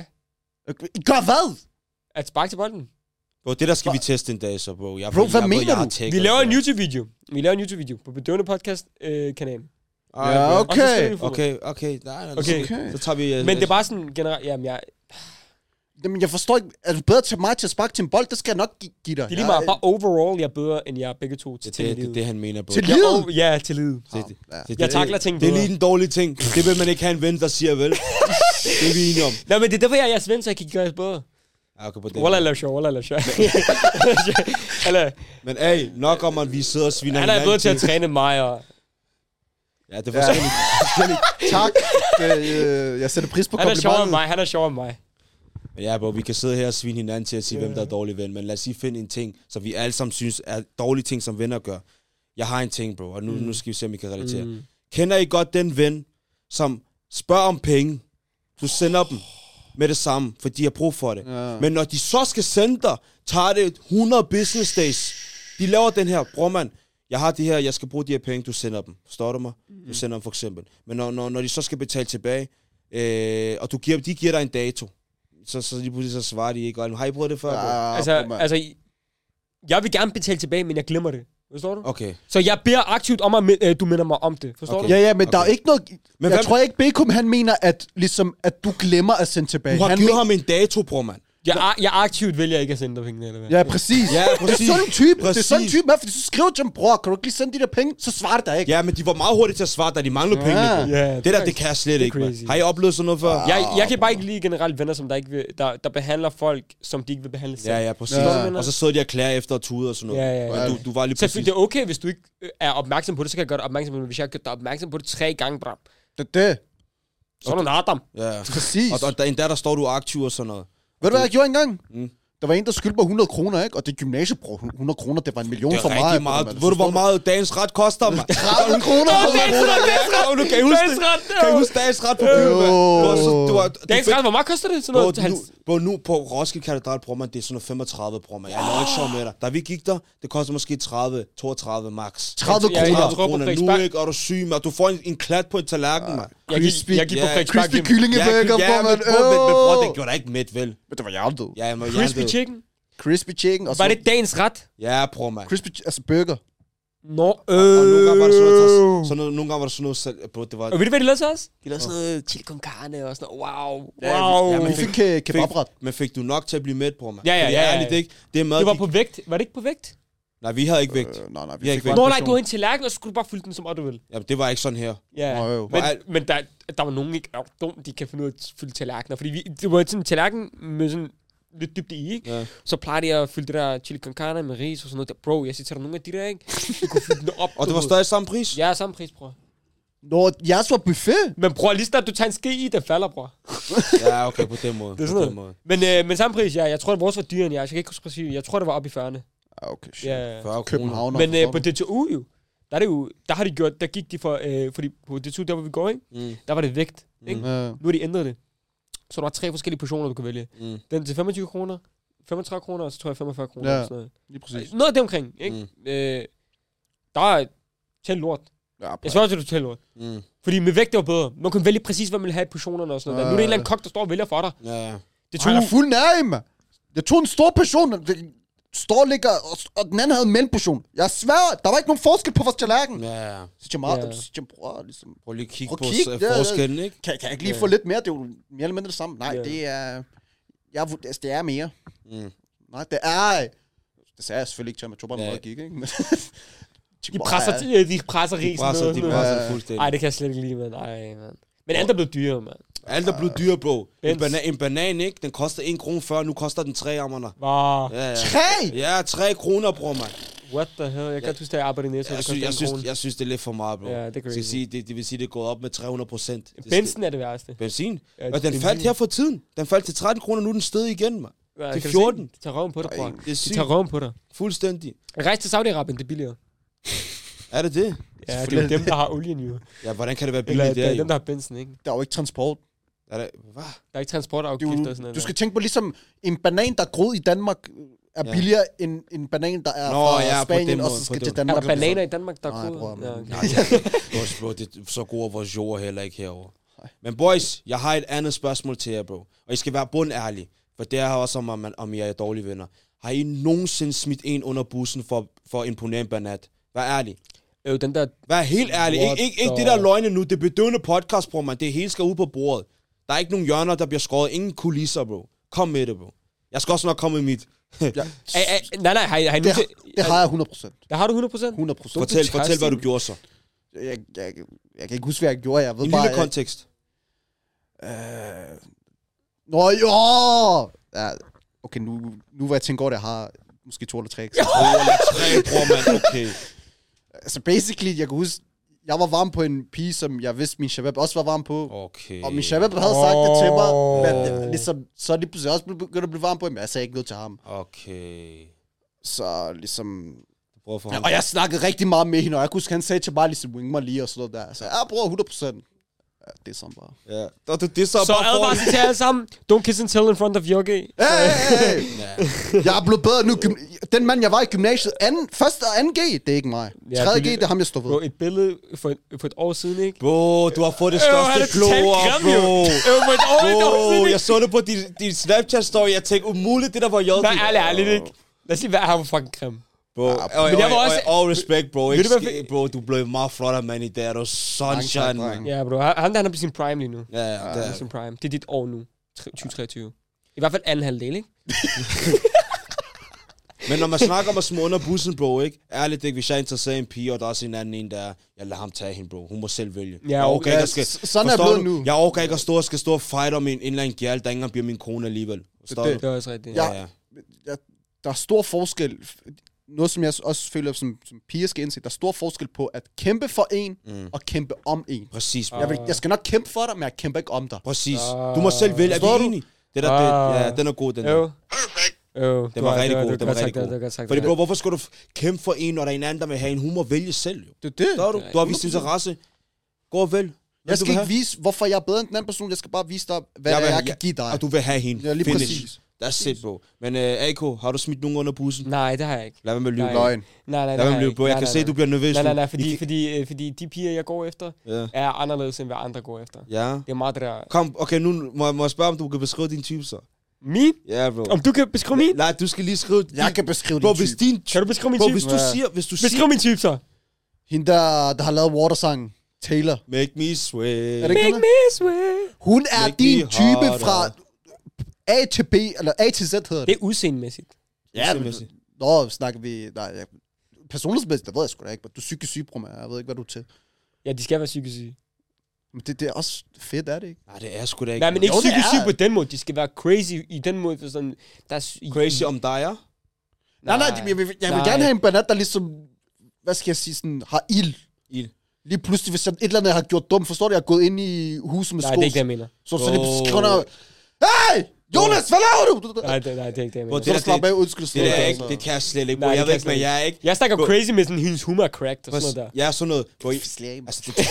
Gør hvad? At sparke til bolden. Bro, det der skal vi teste en dag, så bro. Jeg, Bro, hvad jeg, mener jeg, du? jeg Vi laver en YouTube-video. Vi laver en YouTube-video på Bedøvende Podcast-kanalen. Ja, Og så spiller okay. vi fodbold. Okay, okay. Nej, nej, Okay. Okay. Så tager vi... uh, Men det er bare sådan generelt... Jamen, jeg, Jamen, jeg forstår ikke. Er du bedre til mig til at sparke til en bold? Det skal jeg nok gi- give dig. det er lige meget. Bare overall, jeg er bedre end jer begge to til det, ting i det, det, livet. det, han mener, bro. Til Det, Jeg livet? er over- Ja, til livet. det, det, Ja. det, Jeg takler ting Det er bedre. lige den dårlige ting. Det vil man ikke have en ven, der siger, vel? Det er vi enige om. Nej, men det er derfor, jeg er jeres ven, så jeg kan gøre det bedre. Ja, okay, på den. Wallah, lave sjov, wallah, lave sjov. Eller, Men hey, nok om, at vi sidder og sviner han er hinanden bedre til at træne mig, og... Ja, det er forskelligt. forskelligt. Tak. Øh, øh, jeg sætter pris på Han er sjovere end komplimentet. mig, han er sjovere end mig. Men ja, bro, vi kan sidde her og svine hinanden til at sige, hvem der er dårlig ven. Men lad os sige finde en ting, som vi alle sammen synes er dårlige ting, som venner gør. Jeg har en ting, bro, og nu, mm. nu skal vi se, om vi kan relatere. Mm. Kender I godt den ven, som spørger om penge? Du sender dem med det samme, for de har brug for det. Ja. Men når de så skal sende dig, tager det hundrede business days. De laver den her, bror mand, jeg har det her, jeg skal bruge de her penge, du sender dem. Forstår du mig? Du sender dem for eksempel. Men når, når, når de så skal betale tilbage, øh, og du giver, de giver dig en dato, så, så lige pludselig så svarer de ikke. Og, har I prøvet det før, bro? Ah, Altså, bro, mand. altså, jeg vil gerne betale tilbage, men jeg glemmer det. Forstår du? Okay. Så jeg beder aktivt om, at mi- øh, du minder mig om det. Forstår Okay. du? Ja, ja, men okay. der er Okay. ikke noget... Men Men jeg hvad- tror ikke, Bekum, han mener, at, ligesom, at du glemmer at sende tilbage. Du har han givet men- ham en dato, bror mand. Jeg, jeg aktivt vælger ikke at sende dig pengene, eller hvad? Ja, præcis. Ja, Det præcis. er sådan en type. Det er sådan en Præcis. type, man, fordi så skriver til ham, bror, kan du ikke lige sende de der penge? Så svarer det dig ikke. Ja, men de var meget hurtige til at svare, da de manglede Ja. penge. Bro. Ja, det der, faktisk- det kan jeg slet det er ikke, man. crazy. Har I oplevet sådan noget før? Jeg, jeg kan bare ikke lide generelt venner, som der, ikke vil, der, der behandler folk, som de ikke vil behandle selv. Ja, ja, præcis. Ja. Ja. Og så sidder de og klager efter at tude og sådan noget. Ja, ja, ja. Men du, du var lige Så præcis... det er okay, hvis du ikke øh, er opmærksom på det, så kan jeg gøre dig opmærksom på det. Hvis jeg har gjort dig opmærksom på det tre gange, bram, Det er det. så er du en Adam. Ja. Præcis. Og, og der, endda der står du aktiv og sådan noget. Ved du, hvad jeg gjorde engang? Mm. Der var en, der skyldte mig hundrede kroner, ikke? Og det er gymnasiet, bror. hundrede kroner, det var en million Det er for mig. rigtig meget. Ved du, hvor meget dagens ret koster, mand? tredive kroner? dagens ret, dagens ret! Ja, du kan I huske Dagens det? ret, Kan I jo. huske dagens ret på byen, mand? Jo. Bro, så- du var- du Dagens fik- ret, hvor meget koster det? Sådan Bro, noget, nu, hans- bro, nu på Roskilde Katedral, bror man, det er sådan noget femogtredive, bror man. Jeg er ikke sjov med dig. Da vi gik der, det koster måske tredive, toogtredive max. tredive Ja, jeg kroner. tror på kroner. Nu Frederiksberg- ikke, og du er syg, man. Du får en, en klat på en tallerken, mand. Jeg gik, Crispy- jeg gik på Ja, Frederiksberg Crispy Gym. kyllingeburger, ja, bror, men, man. bro, men, men bror, det Åh. gjorde dig ikke midt, vel? Men det var hjernedød. Ja, jeg var Crispy hjernedød. chicken. Crispy chicken, og så... Var det dagens ret? Ja, bror, mand. Crispy, altså burger. Nå, Og nogle gange var der sådan noget, øh. sådan noget, nogle gange var der sådan noget, sal- bro, det var... Og ved du, hvad de lavede til os? De lavede sådan noget chili con carne og sådan noget. Wow, Ja, wow. ja, Vi men fik ke- kebabret. Men fik du nok til at blive mæt, bror, mand? Ja, ja, Fordi ja, ja, ærligt, ja. ikke? Det er mad, Det var de- på vægt. Var det ikke på vægt? Nej, vi havde ikke vægt. Øh, nej, nej, vi Vi har fik ikke bare vægt. Nå en nej, du portion. havde en tallerken, og så skulle du bare fylde den, som du vil. Ja, det var ikke sådan her. Ja, Nå, jo. men, Hvor men der, der var nogen ikke er dumt, de kan finde ud af at fylde tallerkener. Fordi vi, det var sådan en tallerken med sådan lidt dybde i, ikke? Ja. Så plejer de at fylde det der chili con carne med ris og sådan noget. Der, bro, jeg siger til dig, nogle af de der, ikke? Du kunne fylde den op. Og du det var ved. stadig samme pris? Ja, samme pris, bror. Nå, jeres var buffet. Men bror, lige snart du tager en ske i, det falder, bror. Ja, okay, på den måde. Det er på sådan den måde. Men, øh, men samme pris, ja. Jeg tror, at vores var dyrere end jeres. Jeg kan ikke huske præcis. Jeg tror, det var oppe i fyrrerne. Ja, okay, shit. Ja. fyrre kroner. København. Men øh, på D T U jo, der er det jo, der har de gjort, der gik de for, øh, fordi på D T U, der hvor vi går, ikke? Mm. Der var det vægt, ikke? Ja. Nu har de ændret det. Så der var tre forskellige portioner, du kan vælge. Mm. Den til femogtyve kroner, femogtredive kroner, og så tror jeg femogfyrre kroner. Ja. Ja. Sådan noget. Lige præcis. noget af det omkring, ikke? Mm. Øh, der er tæt lort. Ja, Jeg svarer til, at du tæt lort. Mm. Fordi med vægt, det var bedre. Man kunne vælge præcis, hvad man ville have i portionerne og sådan noget. Ja. Der. Nu er det en eller anden kok, der står og vælger for dig. Ja. Det Han tog... er fuld nær, mand. Jeg tog en stor portion. Det står ligger, og, og den anden havde en mellemportion. Jeg svær, der var ikke nogen forskel på vores tallerken. Ja. Så jeg meget, Ja. så jeg bror, ligesom, Prøv lige at kigge Prøv på at kigge, s- ja, ja. forskellen, ikke? kan, kan jeg ikke lige Ja. få lidt mere? Det er jo mere eller mindre det samme. Nej, Ja. det er, jeg, vurd- altså, det er mere. Mm. Nej, det er, det sagde jeg selvfølgelig ikke til ham, jeg tog bare Ja. noget, gik, ikke? Men- De presser, de, de presser De risen. presser, de noget. presser Ja. fuldstændig. Ej, det kan jeg slet ikke lide, mand. Ej, mand. Men alt er blevet dyrere, mand. Alt er blevet dyre, bro. En, Benz. bana- en banan, ikke? Den koster en krone før, nu koster den tre ammerne. Wow. Ja, ja. Tre! Ja, tre kroner, bror, mand. What the hell? Jeg kan ikke huske, at jeg arbejdede i Netto. Jeg, Det synes, jeg, koster en synes, krone. jeg synes, det er lidt for meget, bro. Ja, det er Jeg crazy. skal sige, det, det vil sige, det er gået op med tre hundrede procent. Benzen er det værste. Benzin? Ja, Og den benzin. faldt her for tiden. Den faldt til tretten kroner, nu er den stedet igen, mand. Ja, til kan du fjorten. se? De tager røven på dig, bror. Ej, Det er De sygt. tager røven på dig. Fuldstændig. Rejs til Saudi-Arabien, det er billigere. Er det det? Ja, det er jo dem, der har olien jo. Ja, hvordan kan det være Eller billigt det der, er jo? dem, der har benzen, ikke? Der er jo ikke transport. Er det, hvad? Der er ikke transportafgifter og sådan Du, noget. du skal tænke på ligesom, en banan, der er groet i Danmark, er Ja. billigere end en banan, der er Nå, fra ja, på Spanien, den og måde, så på skal den- til Er Danmark. der bananer i Danmark, der er Nej, gode? bror, Ja, men- okay. Boys, bro, det er så gode er vores jord heller ikke herovre. Men boys, jeg har et andet spørgsmål til jer, bro. Og I skal være bundærlige, for det er også om, om, man- om I er dårlige venner. Har I nogensinde smidt en under bussen for, for at imponere en banat? Vær ærlig. Øh, den der... Vær helt ærlig. What Ikke, ikke, ikke the- det der løgne nu. Det er bedøvende podcast, bro, man. Det hele skal ud på bordet. Der er ikke nogen hjørner, der bliver skåret. Ingen kulisser, bro. Kom med det, bro. Jeg skal også nok komme med mit. Ja. Ej, ej, nej, nej, har I, har I nu Det, til... det har jeg hundrede procent. Der har du hundrede procent? hundrede procent. Fortæl, fortæl, hvad du gjorde så. Jeg, jeg, jeg, jeg kan ikke huske, hvad jeg gjorde. Jeg ved En bare... lille kontekst. Øh... Nå, jo! Ja, okay, nu, nu hvor jeg tænker over det, jeg har måske to eller tre eksempler. To eller tre, bror, mand. Okay. Altså, basically, jeg kan huske, jeg var varm på en pige, som jeg vidste, min shabab også var varm på. Okay. Og min shabab havde sagt det til mig, Åh. men jeg, ligesom, så er de pludselig også begyndt at blive varm på, men jeg sagde ikke noget til ham. Okay. Så ligesom... Prøv at få Ja, ham. og jeg snakkede rigtig meget med hende, og jeg kunne huske, han sagde til mig, ligesom, wing mig lige og sådan noget der. Så jeg bruger hundrede procent. Ja, det er sådan bare. Ja. Og du, det er så, Så bare for... advarsel til alle sammen. Don't kiss and tell in front of Yogi. Hey, hey, hey. Ja. Jeg er blevet bedre nu. Gym- Den mand, jeg var i gymnasiet, anden, første og anden G, det er ikke mig. Ja, Tredje G, du- det er ham, jeg står Bro, ved. et billede for, for et år siden, ikke? Bro, du har fået det Øh, han største er totalt kloer, grim, jo. bro. Øh, for et år, et år siden, Bro, ikke? jeg så det på din, din Snapchat-story. Jeg tænkte, umuligt, det der var J. Nej, ærligt, ærligt, ikke? Lad os lige være her for fucking grim. Bro, og, og, Men jeg var og, også- og, all respect, bro. Ved Ikke, du, hvad sk- fe- bro, du blev meget flot mand i dag. Du er sunshine, tak, man. dreng. Ja, bro. Han, han der, han er på sin prime lige nu. Ja, ja, Han det er på er. sin prime. Det er dit år nu. tyve treogtyve. I hvert fald anden halvdel, ikke? Men når man snakker om at små under bussen, bro, ikke? Ærligt, ikke? Hvis jeg er interesseret i en pige, og der er også en anden en, der er, jeg lader ham tage hende, bro. Hun må selv vælge. Ja, jeg orker okay. ikke Ja, at skal, s- sådan er jeg forstår blevet du? nu. Jeg orker ikke at stå og skal stå og fight om en, en eller anden gjald, der ikke engang bliver min kone alligevel. Forstår Det- du? Det er også rigtigt. Ja. Ja, ja. Jeg, der er stor forskel. Noget, som jeg også føler, som, som piger skal indse. Der er stor forskel på at kæmpe for en, Mm. og kæmpe om en. Præcis, bro. Jeg, vil, jeg skal nok kæmpe for dig, men jeg kæmper ikke om dig. Præcis. Ah. Du må selv vælge. Er Forstår vi du? enige? Det der, det, ja, den er god, den der. Jo. Jo. Den var rigtig god, den var rigtig god. Det var sagt. Fordi, bro, hvorfor skal du f- kæmpe for en, når der er en anden, der vil have en? Hun må vælge selv, jo. Det er det. Der er du. Du har vist interesse. Gå og vælg. Hvad Jeg du skal vil ikke have. vise, hvorfor jeg er bedre end den anden person. Jeg skal bare vise dig, hvad Jeg jeg, vil- jeg kan ja, give dig. Og du vil have hende. Ja, lige Finish. præcis. That's it, bro. Men uh, A K, har du smidt nogen under bussen? Nej, det har jeg ikke. Lad være med at lyve. Nej. Løgn. Nej, nej, Lad være med det har at jeg lyve, ikke. bro. Jeg Nej, kan nej, se, nej. du bliver nervøs Nej, nej, nu. nej, fordi, I- fordi, øh, fordi de piger, jeg går efter, Ja. er anderledes, end hvad andre går efter. Ja. Det er meget det der... Kom, okay, nu må, må jeg spørge, om du kan beskrive din type, så. Min? Ja, bro. Om du kan beskrive min? Nej, du skal lige skrive... Jeg kan beskrive Bro, din hvis type. din... Kan du beskrive min Bro, type? hvis du Ja. siger... Hvis du siger... Beskriv min type så. Hende, der, der har lavet Watersangen. Taylor. Make me sweat. Er det ikke Make hende? me swear. Hun er Make din me type harder. fra A til B, eller A til Z hedder det. Det er udseendemæssigt. Ja, men, Udseendemæssigt. nå, snakker vi... Nej, jeg, personlighedsmæssigt, det ved jeg sgu da ikke, men du er psykisk syg, bror, man. Jeg ved ikke, hvad du er til. Ja, de skal være psykisk syge. Men det, det er også fedt, er det ikke? Nej, det er sgu da ikke. Nej, men ikke Jo, det psykisk er. syge på den måde. De skal være crazy i den måde, for sådan... Der er sy- Crazy om dig, ja? Nej, nej, jeg vil, jeg vil Nej. gerne have en banat, der ligesom, hvad skal jeg sige, sådan, har ild. Ild. Lige pludselig, hvis jeg et eller andet har gjort dumt, forstår du, jeg har gået ind i huset med Nej, sko. det er ikke det, jeg mener. Så, så lige Åh. skriver der, hey, Jonas, hvad laver du? Nej, det, nej, det er ikke det, jeg Hvor mener. Så er der det- slap af, undskyld. Det, der er sådan ikke, noget, det kan jeg slet ikke, bro. Nej, det Jeg kan ved jeg ikke, men slet jeg er ikke... Jeg snakker Bro. crazy med sådan, hendes humor er cracked og sådan noget der. Ja, sådan noget. Bro, I- så. altså, det,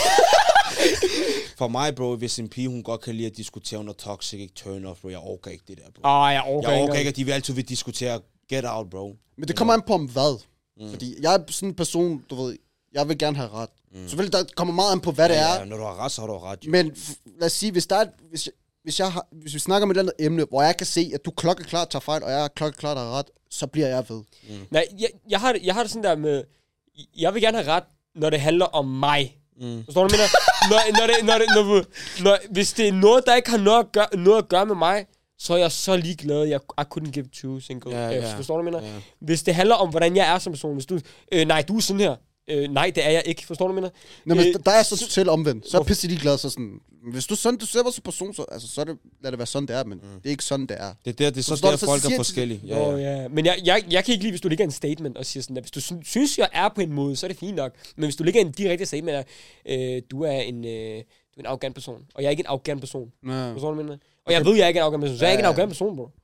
for mig, bro, hvis en pige, hun godt kan lide at diskutere noget toxic, ikke turn off, bro. Jeg orker ikke det der, bro. Åh, jeg orker Jeg ikke. orker ikke, at de vil altid vil diskutere get out, bro. Men det kommer an på om hvad. Mm. Fordi jeg er sådan en person, du ved, jeg vil gerne have ret. Mm. Selvfølgelig, der kommer meget an på, hvad det Ja, er. ja, når du har ret, så har du ret, jo. Men f- lad os sige, hvis der er, et- hvis, jeg, hvis, jeg har, hvis vi snakker om et eller andet emne, hvor jeg kan se, at du klokkeklart tager fejl, og jeg er klokkeklart har ret, så bliver jeg ved. Mm. Nej, jeg, jeg, har det, jeg har det sådan der med... Jeg vil gerne have ret, når det handler om mig. Mm. Forstår du, hvad jeg mener? Når, når det, når det, når, når, hvis det er noget, der ikke har noget at, gøre, noget at gøre med mig, så er jeg så ligeglad. Jeg I couldn't give two single Ja, F's. ja. Forstår du, hvad jeg mener? Ja. Hvis det handler om, hvordan jeg er som person. Hvis du... Øh, nej, du er sådan her. Øh, nej, det er jeg ikke. Forstår du, hvad jeg Nå, mener? men Øh, der er så totalt omvendt. Så er jeg pisse glad, så sådan, hvis du er sådan, du ser som person, så, altså, så er det, lad det være sådan, det er, men mm. det er ikke sådan, det er. Det er der, det er så Forstår der, du, så folk siger er de- forskellige. Ja, Åh, ja. ja. Men jeg, jeg, jeg kan ikke lide, hvis du ligger en statement og siger sådan, at hvis du sy- synes, jeg er på en måde, så er det fint nok. Men hvis du ligger en direkte statement af, øh, du er en, øh, du er en arrogant person, og jeg er ikke en arrogant person. Ja. Forstår du, hvad jeg mener? Og jeg ved, jeg er ikke en arrogant person, så jeg er ikke en Ja, ja. arrogant person, bro.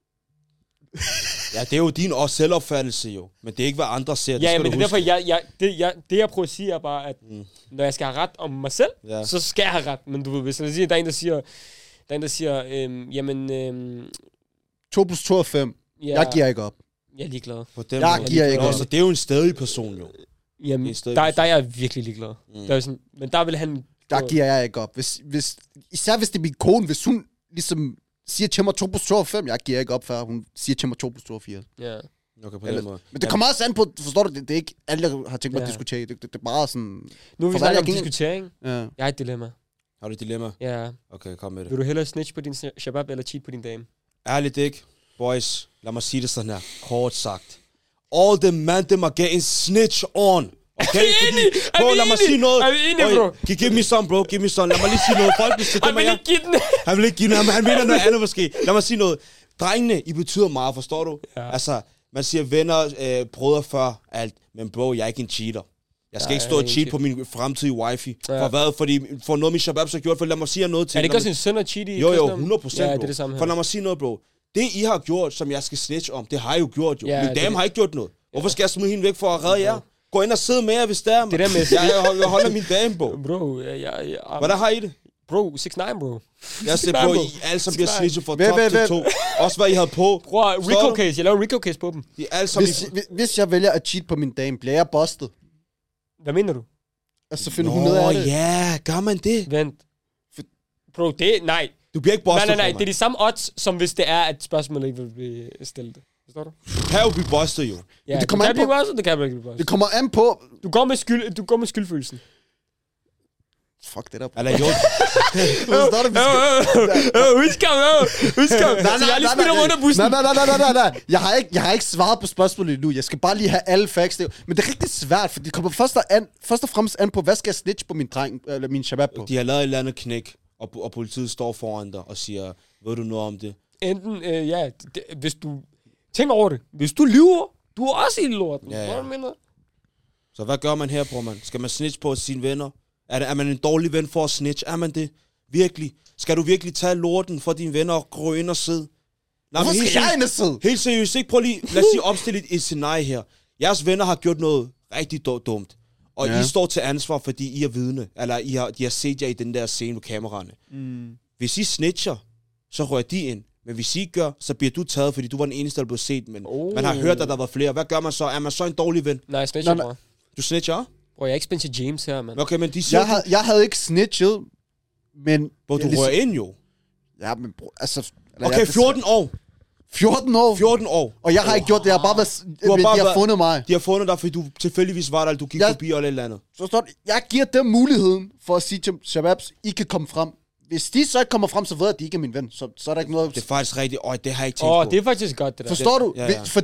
Ja, det er jo din også selvopfattelse, jo. Men det er ikke, hvad andre ser. Det Ja, ja, skal men du det er derfor, huske. jeg, jeg, det, jeg, det jeg prøver at sige er bare, at Mm. når jeg skal have ret om mig selv, Ja. så skal jeg have ret. Men du ved, hvis jeg siger, der er en, der siger, der er en, der siger, øhm, jamen, øhm, to plus to er fem. ja, Jeg giver ikke op. jeg er ligeglad. På den Jeg måde. giver ikke Nå, op. så det er jo en stedig person, jo. Jamen, Det er stadig der, person. der er jeg virkelig ligeglad. Mm. Der er sådan, men der vil han... Der giver jeg ikke op. Hvis, hvis, især hvis det er min kone, hvis hun ligesom siger til mig to plus to er fem, jeg giver ikke op, før hun siger til mig to plus to er fire. Ja. Okay, på Eller- den måde. Men det kommer også an på, forstår du, det, det er ikke alle, der har tænkt mig Ja. at diskutere. Det, det, det er bare sådan... Nu er vi For hvad snakker er om det, jeg diskutering. Ja. Jeg har et dilemma. Har du et dilemma? Ja. Okay, kom med det. Vil du hellere snitch på din shabab, eller cheat på din dame? Ærligt ikke. Boys, lad mig sige det sådan her. Kort sagt. All the men, them are getting snitch on. Okay? Er vi enige? Er Bro, vi lad mig enige? sige noget. Er vi enige, bro? Oi, give me some, bro. Give me some. Lad mig lige sige noget. Folk vil sætte Han dem vil af jer. ikke give den. Han vil ikke give noget. Han mener noget andet måske. Lad mig sige noget. Drengene, I betyder meget, forstår du? Ja. Altså, man siger venner, øh, brødre før alt. Men bro, jeg er ikke en cheater. Jeg skal Nej, ikke stå jeg er og ikke cheat en på min fremtidige wifi. Ja. For hvad? Fordi for noget, min shabab har gjort. For lad mig sige noget til. Er det ikke Lad også mig- en søn at cheat i Jo, jo, kristendommen? hundrede procent, Ja, bro. det er det samme her. For lad mig sige noget, bro. Det, I har gjort, som jeg skal snitch om, det har I jo gjort, jo. Ja, Min det- dame har ikke gjort noget. Hvorfor skal jeg smide hende væk for at redde jer? Gå ind og sidde med jer, hvis det er, man. Det der med- Jeg, jeg, jeg holder min dame, bro. Bro, jeg, jeg, jeg, Hvordan har I det? Bro, seks nine, bro. Jeg ser Nej, på, bro. I alle sammen bliver Nej. snitchet fra Hvad, top hvad, til hvad? to. Også hvad I havde på. Bror, Forstår Rico du? case. Jeg laver en Rico case på dem. De er alle sammen... Hvis, hvis, hvis jeg vælger at cheat på min dame, bliver jeg busted. Hvad mener du? Altså, så finder hun ud af det. ja, gør man det? Vent. Bro, det er... Nej. Du bliver ikke Nej, busted nej, nej. for Det er mig. de samme odds, som hvis det er, at spørgsmålet ikke vil blive stillet. Forstår du? Du kan jo blive busted, jo. Ja, det kommer kan an blive på- busted, det kan blive busted. Det kommer an på... Du går med, skyld, du går med skyldfølelsen. Fuck det der. Eller jo, Forstår du? Vi skal- Husk ham, husk ham. Så jeg har lige smidt ham under bussen. Nej, nej, nej, nej, nej, nej. Jeg har ikke, jeg har ikke svaret på spørgsmålet endnu. Jeg skal bare lige have alle facts. Det er jo- Men det er rigtig svært, for det kommer først og, an, først og fremmest an på, hvad skal jeg snitch på min dreng, eller min shabab på? de har lavet et eller andet knæk, og, og politiet står foran dig og siger, ved du noget om det? Enten, øh, ja, det, hvis du tænker over det. Hvis du lyver, du er også i lorten. Ja, ja. Hvad du mener? Så hvad gør man her, bror, man? Skal man snitch på sine venner? Er, det, er man en dårlig ven for at snitch? Er man det? Virkelig? Skal du virkelig tage lorten for dine venner og gå ind og sidde? Nej, Hvorfor men helt skal jeg seriøst- ind og sidde? Helt seriøst, ikke? Prøv lige, lad os sige opstille et, et scenarie her. Jeres venner har gjort noget rigtig du- dumt. Og Ja. I står til ansvar, fordi I er vidne. Eller I har, de har set jer i den der scene med kameraerne. Mm. Hvis I snitcher, så rører de ind. Men hvis I ikke gør, så bliver du taget, fordi du var den eneste, der blev set. Men Oh. man har hørt, at der var flere. Hvad gør man så? Er man så en dårlig ven? Nej, snitcher, Nå, bror. Du snitcher? Bror, jeg er ikke Spencer James her, mand. Okay, men de siger, Jeg, havde, jeg havde ikke snitchet, men... hvor du jeg ligesom- rører ind jo. Ja, men bro, altså... eller Okay, jeg- fjorten år. fjorten år. fjorten år. Og jeg har ikke gjort det, jeg har bare været... Du har de bare har været- fundet mig. De har fundet dig, fordi du tilfældigvis var der, eller du gik Jeg- forbi eller et eller andet. Så står det, jeg giver dem muligheden for at sige til shababs, I kan komme frem. Hvis de så ikke kommer frem, så ved jeg, at de ikke er min ven. Så, så er der ikke noget... Det er faktisk rigtigt. Øj, det har jeg ikke tænkt Åh, på. det er faktisk godt, det der. Forstår du? Ja, ja. Fordi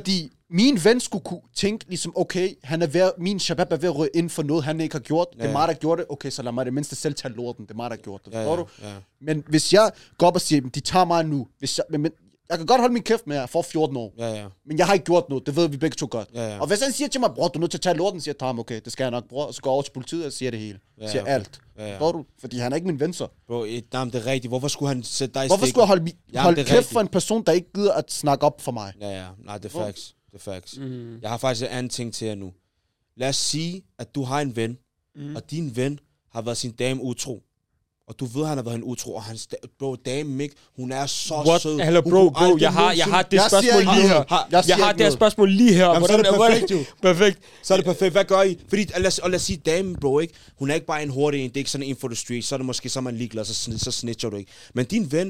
min ven skulle kunne tænke ligesom, okay, han er ved, min shabab er ved at røge ind for noget, han ikke har gjort. Ja, ja. Det er mig, der gjorde det. Okay, så lad mig det mindste selv tage lorten. Det er mig, der gjorde det. Ja, ja, du? ja. Men hvis jeg går op og siger, de tager mig nu. Hvis jeg, men, jeg kan godt holde min kæft med, at jeg får fjorten år. Ja, ja. Men jeg har ikke gjort noget. Det ved vi begge to godt. Ja, ja. Og hvis han siger til mig, bror, du er nødt til at tage lorten, siger jeg, ham, okay, det skal jeg nok, bror. Og så går jeg over til politiet og siger det hele. Ja, siger okay. alt. Ja, ja. Du? Fordi han er ikke min ven så. Bro, et, nej, det er rigtigt. Hvorfor skulle han sætte dig i Hvorfor stikken? skulle jeg holde, Jamen, holde kæft rigtigt. for en person, der ikke gider at snakke op for mig? Ja, ja. Nej, det er facts. Det er facts. Mm. Jeg har faktisk en anden ting til jer nu. Lad os sige, at du har en ven, mm. og din ven har været sin dame utro. Og du ved, at han har været en utro, og hans bro, dame Mick, hun er så What? sød. Hello, bro, bro, jeg har, jeg har det Jeg spørgsmål siger lige ikke her. noget. Jeg, Jeg siger jeg har ikke det her noget. spørgsmål lige her. Jamen, så er det perfekt, jo. Perfekt. Så er det perfekt. Hvad gør I? Fordi, og lad, os, og lad os sige, damen, bro, ikke? Hun er ikke bare en hurtig en. Det er ikke sådan en for the street. Så er det måske, så er man ligeglad, så, sn- så snitcher du ikke. Men din ven,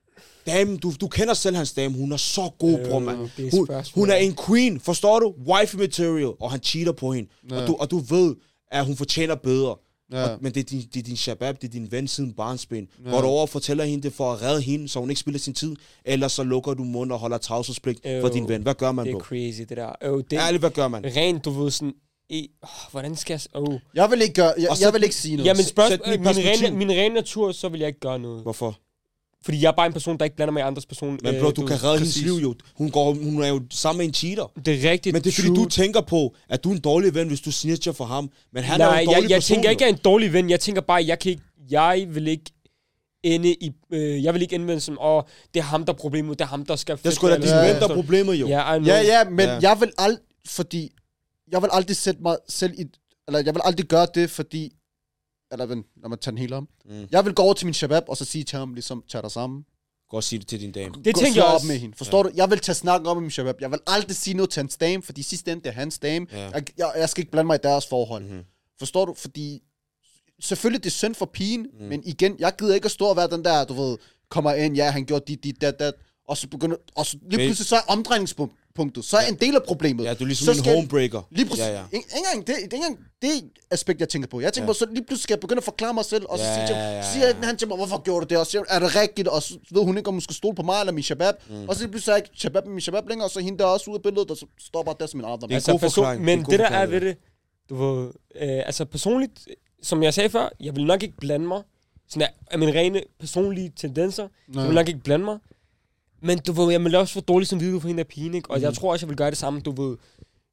damen, du, du kender selv hans dame. Hun er så god, Øh, bror, mand. det er Hun, spørgsmål. hun er en queen, forstår du? Wife material, og han cheater på hende. Ja. Og, du, og du ved, at hun fortjener bedre. Ja. Og, men det er, din, det er din shabab, det er din ven siden barnsben. Ja. Går du over og fortæller hende det for at redde hende, så hun ikke spilder sin tid, eller så lukker du munden og holder tavshedspligt Øh, for din ven. Hvad gør man, Det bro? er crazy, det der. Øh, det Ærligt, hvad gør man? rent, du ved sådan... I, oh, hvordan skal jeg... Oh. Jeg vil ikke gøre, jeg, Og så- jeg vil ikke sige noget. Jamen Sæt spørgsmål, den i min perspektiv. rene, min rene natur, så vil jeg ikke gøre noget. Hvorfor? Fordi jeg er bare en person, der ikke blander mig i andres person. Men bro, øh, du ved, kan redde hendes præcis. liv jo. Hun, går, hun er jo sammen med en cheater. Det er rigtigt. Men det er fordi, true. du tænker på, at du er en dårlig ven, hvis du snitcher for ham. Men han er jo Nej, en dårlig jeg, jeg person. tænker ikke, jo. at jeg er en dårlig ven. Jeg tænker bare, jeg kan ikke... Jeg vil ikke ende i... Øh, jeg vil ikke ende med som, åh, det er ham, der er problemet. Det er ham, der skal... Det er sgu da din ven, der er problemet jo. Ja, I know. Ja, ja, men Ja. jeg vil aldrig, fordi, jeg vil aldrig sætte mig selv i, eller jeg vil aldrig gøre det, fordi, eller vent, lad mig tage den helt om. Mm. Jeg vil gå over til min shabab, og så sige til ham, ligesom, tag dig sammen. Gå og sige det til din dame. Det Gå tænker slå jeg op også. med hende. Forstår ja. du? Jeg vil tage snakken op med min shabab. Jeg vil aldrig sige noget til hans dame, fordi sidste ende, det er hans dame. Ja. Jeg, jeg, jeg skal ikke blande mig i deres forhold. Mhm. Forstår du? Fordi, selvfølgelig, det er synd for pigen, mm. men igen, jeg gider ikke at stå og være den der, du ved, kommer ind, ja, han gjorde dit, dit, dat, dat, og så begynder, og så lige Okay. pludselig, så er omdrejningspunktet, så er en del af problemet. Ja, du er ligesom Så en skal- homebreaker. Lige præcis. Ja, ja. Ikke ikke engang det, det, er ikke engang det aspekt, jeg tænker på. Jeg tænker Ja. på, så lige pludselig skal jeg begynde at forklare mig selv, og så Ja, siger, til, ja, ja, så siger ja. han til mig, hvorfor gjorde du det? Og så siger, er det rigtigt? Og så ved hun ikke, om hun skal stole på mig eller min shabab. Mm. Og så lige pludselig er jeg ikke shabab med min shabab længere, og så er hende der også ude af billedet, og så står bare der som en andre. Det er en Altså, god person, forklaring. Det er men en god det der er forklaring. ved det, du ved, øh, altså personligt, som jeg sagde før, jeg vil nok ikke blande mig. Sådan er, af mine rene personlige tendenser. Nej. Jeg vil nok ikke blande mig. Men du ved, jeg vil også få dårligt som videre for hende der pigen, ikke? Og Mhm. jeg tror også, jeg vil gøre det samme, du ved.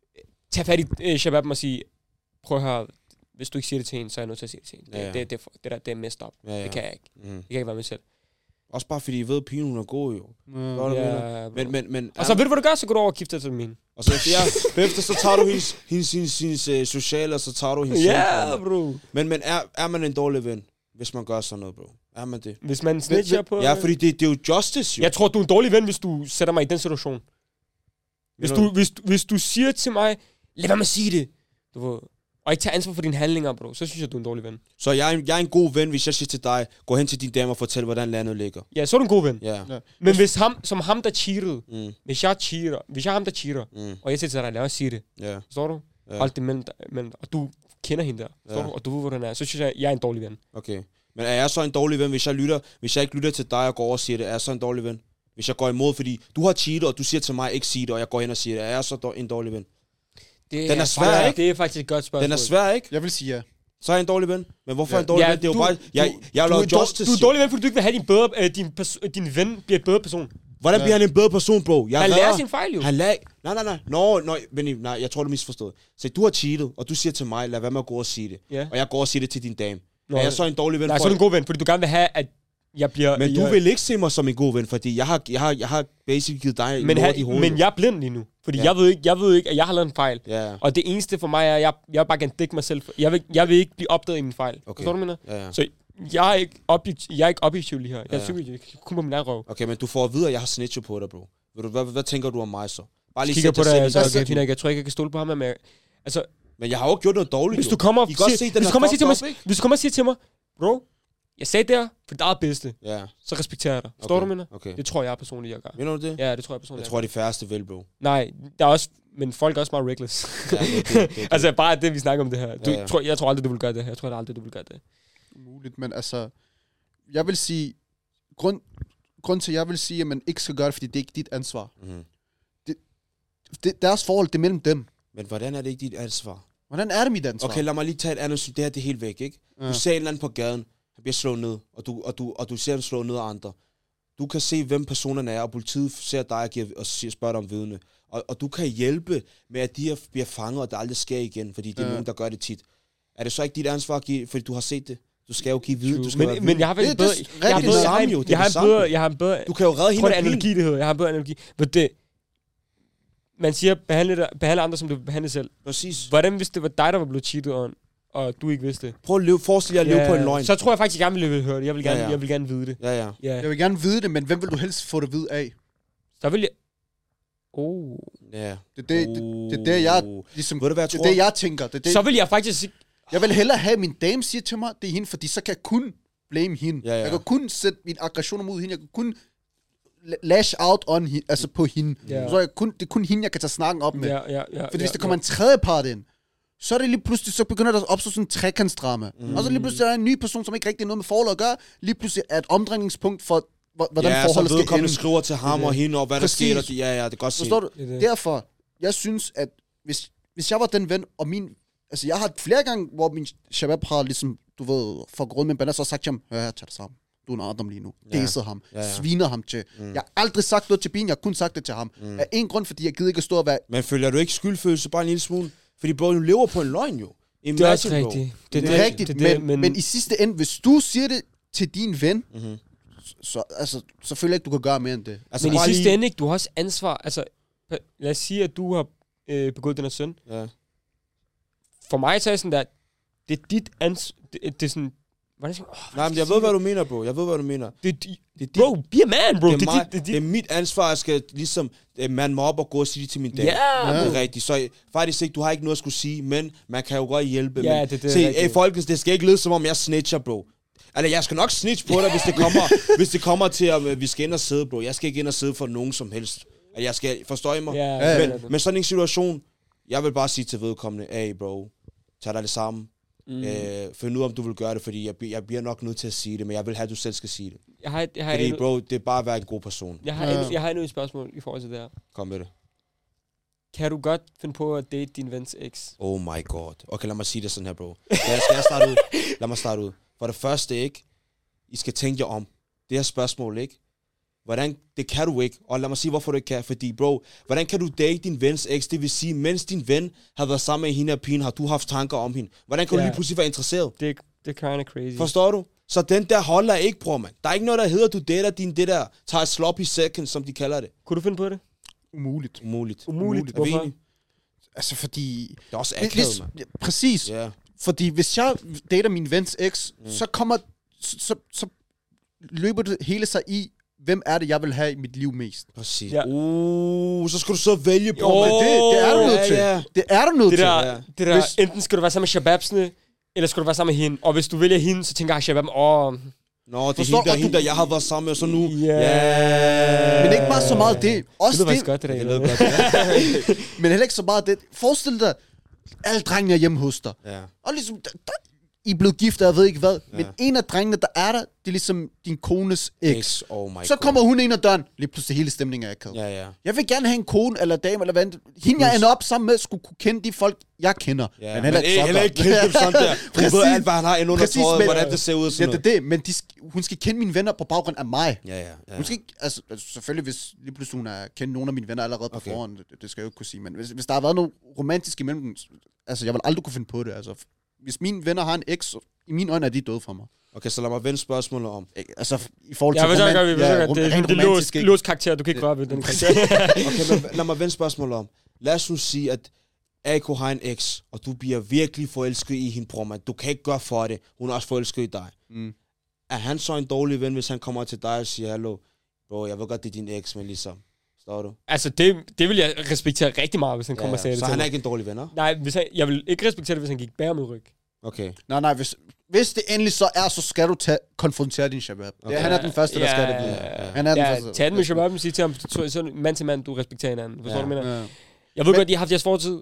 Tag fat i øh, shabab og sige, prøv her, hvis du ikke siger det til hende, så er jeg nødt til at sige det til hende. Ja, ja. Det, det, det, det, der, det er messed up. Ja, ja. Det kan jeg ikke. Mhm. Det kan ikke være mig selv. Også bare fordi I ved, at pigen hun er god jo. Ja. Hvad du Ja, mener? bro. Men, men, men, Og så ved du, hvad du gør? Så går du over og gifter dig til min. og så efter, ja, bagefter, så tager du hendes, hendes, hendes, hendes, hendes sociale, og så tager du hendes Ja, søn. bro. Men, men er, er man en dårlig ven, hvis man gør sådan noget, bro? Er man det? Hvis man snitcher på... Ja, fordi det, det er jo justice, jo. Jeg tror, du er en dårlig ven, hvis du sætter mig i den situation. Hvis Mener du, hvis, hvis du siger til mig, lad være med at sige det, du ved, og ikke tage ansvar for dine handlinger, bro, så synes jeg, du er en dårlig ven. Så jeg er, en, jeg er en god ven, hvis jeg siger til dig, gå hen til din dame og fortæl, hvordan landet ligger. Ja, så er du en god ven. Ja. Ja. Men hvis ham, som ham, der cheatede, Mm, hvis jeg cheater, hvis jeg er ham, der cheater, mm, og jeg siger til dig, lad os sige det, ja. forstår du? Ja. Hold det mellem, dig- mellem dig, og du kender hende der, forstår Ja. du? Og du ved, hvordan han er, så synes jeg, jeg er en dårlig ven. Okay. Men er jeg så en dårlig ven, hvis jeg, lytter, hvis jeg ikke lytter til dig og går over og siger det? Er jeg så en dårlig ven? Hvis jeg går imod, fordi du har cheatet, og du siger til mig, ikke sige det, og jeg går hen og siger det. Er jeg så dår- en dårlig ven? Det Den er svær, faktisk- ikke? Det er faktisk et godt spørgsmål. Den er svær, ikke? Jeg vil sige ja. Så er jeg en dårlig ven. Men hvorfor Ja. er jeg en dårlig Ja, ven? Det er jo du- bare... Jeg, du- jeg vil du, lave er dår- justice. du er jo. dårlig ven, fordi du ikke vil have din, bedre, øh, din, pers- din ven bliver et bedre person. Hvordan bliver han en bedre person, bro? Jeg Han redder- lærer sin fejl jo. Han lag... Nej, nej, nej. Nå, nå, Benny, nej, jeg tror, du misforstået. Så du har cheatet, og du siger til mig, lad være med at gå og sige det. Ja. Og jeg går og siger det til din dame. Nå, Er jeg så en dårlig ven Nej, for så er du en god ven, fordi du gerne vil have, at jeg bliver... Men du jeg, vil ikke se mig som en god ven, fordi jeg har, jeg har, jeg har basically givet dig men, lort han, i hovedet. men jeg er blind lige nu. Fordi Ja. jeg, ved ikke, jeg ved ikke, at jeg har lavet en fejl. Ja, Og det eneste for mig er, at jeg, jeg vil bare gerne dække mig selv. For, jeg, vil, jeg vil ikke blive opdaget i min fejl. Okay. Forstår du, mener? ja, ja. Så jeg er ikke, objekt, jeg er ikke objektiv lige her. Jeg er Ja. subjektiv. Jeg kan kun på min egen røv. Okay, men du får at vide, at jeg har snitchet på dig, bro. Ved du, hvad, hvad tænker du om mig så? Bare lige Kigger sæt på dig selv i dig, så perspektiv. okay, fint, nok. Jeg tror ikke, jeg kan stole på ham. Men jeg, altså, Men jeg har jo ikke gjort noget dårligt, hvis jo. du kommer og I kan godt siger, se, den hvis er du kommer og siger til mig, fucked up, ikke? hvis du kommer og siger til mig, bro, jeg sagde det her for dit eget bedste, Ja, så respekterer jeg dig. Forstår Okay, du, mener? okay. Det tror jeg personligt, jeg gør. Mener du det? Ja, det tror jeg Jeg personligt, tror, de færreste vil, bro. Nej, der er også, men folk er også meget reckless. Ja, det er det, det er det. altså bare det, vi snakker om det her. Du, Ja, ja. Tror, jeg tror aldrig, du vil gøre det her. Jeg tror aldrig, du vil gøre det. Muligt, men altså, jeg vil sige, grund, grund til, at jeg vil sige, at man ikke skal gøre det, fordi det er ikke dit ansvar. Mhm. det, deres forhold, det er mellem dem. Men hvordan er det ikke dit ansvar? Hvordan er det mit ansvar? Okay, lad mig lige tage et andet. Det her, det er helt væk, ikke? Ja. Du ser en eller anden på gaden, han bliver slået ned, og du, og du, og du ser ham slå ned af andre. Du kan se, hvem personerne er, og politiet ser dig og, giver, og spørger dig om vidne. Og, og du kan hjælpe med, at de her bliver fanget, og det aldrig sker igen, fordi det er ja. nogen, der gør det tit. Er det så ikke dit ansvar at give, fordi du har set det? Du skal jo give vidne, du skal men, men jeg har faktisk bedre... Jeg har bedre... Jeg har en bedre... Jeg har en bedre... Jeg har en bedre... Du kan jo redde hende. Prøv det analogi, det hedder. Jeg har en bedre analogi. Men det... Man siger, behandle, behandle andre, som du vil behandle selv. Præcis. Hvordan hvis det var dig, der var blevet cheatet on, og du ikke vidste det? Prøv at leve, forestille dig at leve ja, på en løgn. Så tror jeg faktisk, jeg gerne ville høre det. Jeg vil gerne, ja, ja. Jeg vil gerne vide det. Ja, ja, ja. Jeg vil gerne vide det, men hvem vil du helst få det vide af? Så vil jeg... Oh. Ja. Det er det, det, det, det, det jeg ligesom... Ved du, hvad jeg det, tror? det, jeg tænker. Det, det, så vil jeg faktisk sige... Jeg vil hellere have, at min dame siger til mig, det er hende, fordi så kan jeg kun blame hende. Ja, ja. Jeg kan kun sætte mine aggressioner mod hende. Jeg kan kun lash out on hende, altså på hende. Ja. Så jeg kun, det er kun hende, jeg kan tage snakken op med. Ja, ja, ja, fordi ja, hvis der kommer ja. en tredje part ind, så er det lige pludselig, så begynder der at opstå sådan en trekantsdrama. Mm. Og så lige pludselig er der en ny person, som ikke rigtig har noget med forholdet at gøre. Lige pludselig er et omdrejningspunkt for, hvordan ja, forholdet skal ende. Ja, så skriver til ham det. og hende, og hvad Præcis. der sker. Ja, ja, det er godt set. Forstår du? Det det. Derfor, jeg synes, at hvis, hvis jeg var den ven, og min... Altså, jeg har flere gange, hvor min shabab har ligesom, du ved, for grund med bander, så har sagt til ham, hør her, tag det sammen. Du er en Adam lige nu. Ja. Gæset ham. Ja, ja. Sviner ham til. Mm. Jeg har aldrig sagt noget til Bin, jeg har kun sagt det til ham. Mm. Af en grund, fordi jeg gider ikke at stå og være... Men føler du ikke skyldfølelse bare en lille smule? Fordi bro, du lever på en løgn jo. Det er også rigtigt. Det, det er rigtigt, det, det, men, men... men i sidste ende, hvis du siger det til din ven, mm-hmm. så, altså, så føler jeg ikke, du kan gøre mere end det. Altså, men i sidste lige... ende ikke, du har også ansvar. Altså, lad os sige, at du har øh, begået den her synd. Ja. For mig så er sådan der, det er dit ansvar. Det, det er sådan... Hvordan skal, oh, Nej, men jeg ved, hvad du mener, bro. Jeg ved, hvad du mener. Det, det, det, bro, be a man, bro. Det er, det, mig, det, det, det er mit ansvar, at skal ligesom man mig op og gå og sige det til min dame. Yeah, det er rigtigt. Så faktisk ikke, du har ikke noget at skulle sige, men man kan jo godt hjælpe. Ja, men, det, det se, hey, folkens, det skal ikke lyde som om jeg snitcher, bro. Altså, jeg skal nok snitch på dig, hvis det kommer, hvis det kommer til, at vi skal ind og sidde, bro. Jeg skal ikke ind og sidde for nogen som helst. Altså, jeg skal, forstår I mig? Yeah, men, yeah, yeah. men sådan en situation, jeg vil bare sige til vedkommende, hey, bro, tag dig det sammen. Mm. Øh, find ud om du vil gøre det, fordi jeg, jeg bliver nok nødt til at sige det, men jeg vil have, at du selv skal sige det. Jeg har, jeg har fordi, endnu, bro, det er bare at være en god person. Jeg har, ja. endnu, jeg har endnu et spørgsmål i forhold til det her. Kom med det. Kan du godt finde på at date din vens eks? Oh my god. Okay, lad mig sige det sådan her, bro. Skal jeg, skal jeg starte ud? Lad mig starte ud. For det første, ikke? I skal tænke jer om. Det her spørgsmål, ikke? Hvordan, det kan du ikke. Og lad mig sige, hvorfor du ikke kan. Fordi, bro, hvordan kan du date din vens eks? Det vil sige, mens din ven har været sammen med hende og pigen, har du haft tanker om hende. Hvordan kan yeah. du lige pludselig være interesseret? Det, det er kinda crazy. Forstår du? Så den der holder ikke, bror, mand. Der er ikke noget, der hedder, du dater din, det der, tager et sloppy second, som de kalder det. Kunne du finde på det? Umuligt. Umuligt. Umuligt. Hvorfor? Altså, fordi... Det er også akavet, mand. Præcis. Yeah. Fordi hvis jeg dater min vens eks, mm. så kommer... Så, så, så løber det hele sig i, hvem er det, jeg vil have i mit liv mest. Præcis. Ja. Uh, så skal du så vælge på, oh, det, det er du nødt ja, til. Ja. Det er du nødt det der, til. Ja. Det der, hvis, enten skal du være sammen med shababsene, eller skal du være sammen med hende. Og hvis du vælger hende, så tænker jeg, shabab, åh... Oh. Nå, det er hende, der, hende, der jeg har været sammen med, så nu... Yeah. Yeah. Men ikke bare så meget det. Også det ved faktisk godt, det der. Det ved godt, det Men heller ikke så meget det. Forestil dig, alle drengene er hjemme hos dig. Ja. Og ligesom... Der, der, I er blevet gift, og jeg ved ikke hvad. Ja. Men en af drengene, der er der, det er ligesom din kones eks. Oh my så kommer hun ind ad døren. Lige pludselig hele stemningen er akavet. Ja, ja. Jeg vil gerne have en kone eller dame, eller hvad. Hende, jeg ender op sammen med, skulle kunne kende de folk, jeg kender. Ja, men heller ikke, heller ikke kende dem sådan der. Hun ved alt, hvad han har ind under tøjet, men, hvordan det ser ud. Ja, det er det. Men de, hun skal kende mine venner på baggrund af mig. Ja, ja. ja. Hun skal ikke, altså, altså selvfølgelig, hvis lige pludselig hun har kendt nogle af mine venner allerede på okay. forhånd, det, det skal jeg jo ikke kunne sige. Men hvis, hvis der har været noget romantisk imellem dem, altså, jeg vil aldrig kunne finde på det. Altså, hvis mine venner har en eks, i mine øjne er de døde for mig. Okay, så lad mig vende spørgsmålet om. Altså, i forhold til... Ja, roman- godt, vi ja, godt. Det, det, det er låst, låst karakter, du kan ikke det, røre ved den karakter. Okay, men lad mig vende spørgsmålet om. Lad os nu sige, at A K har en eks, og du bliver virkelig forelsket i hende, bror, man. Du kan ikke gøre for det. Hun er også forelsket i dig. Mm. Er han så en dårlig ven, hvis han kommer til dig og siger, hallo, bro, jeg ved godt, det er din eks, men ligesom... Står du? Altså, det, det vil jeg respektere rigtig meget, hvis han ja, kommer og sagde det så til han er mig. ikke en dårlig ven, Nej, hvis han, jeg vil ikke respektere det, hvis han gik bag med ryg. Okay. Nej, nej, hvis, hvis det endelig så er, så skal du tage, konfrontere din shabab. Okay. Han er den første, der ja, skal det blive. Ja, ja. Han er den ja, første. Tag den med shabab og sige til ham, så mand til mand, du respekterer hinanden. Forstår ja. du, mener? Ja. Jeg ved men, godt, de har haft jeres fortid,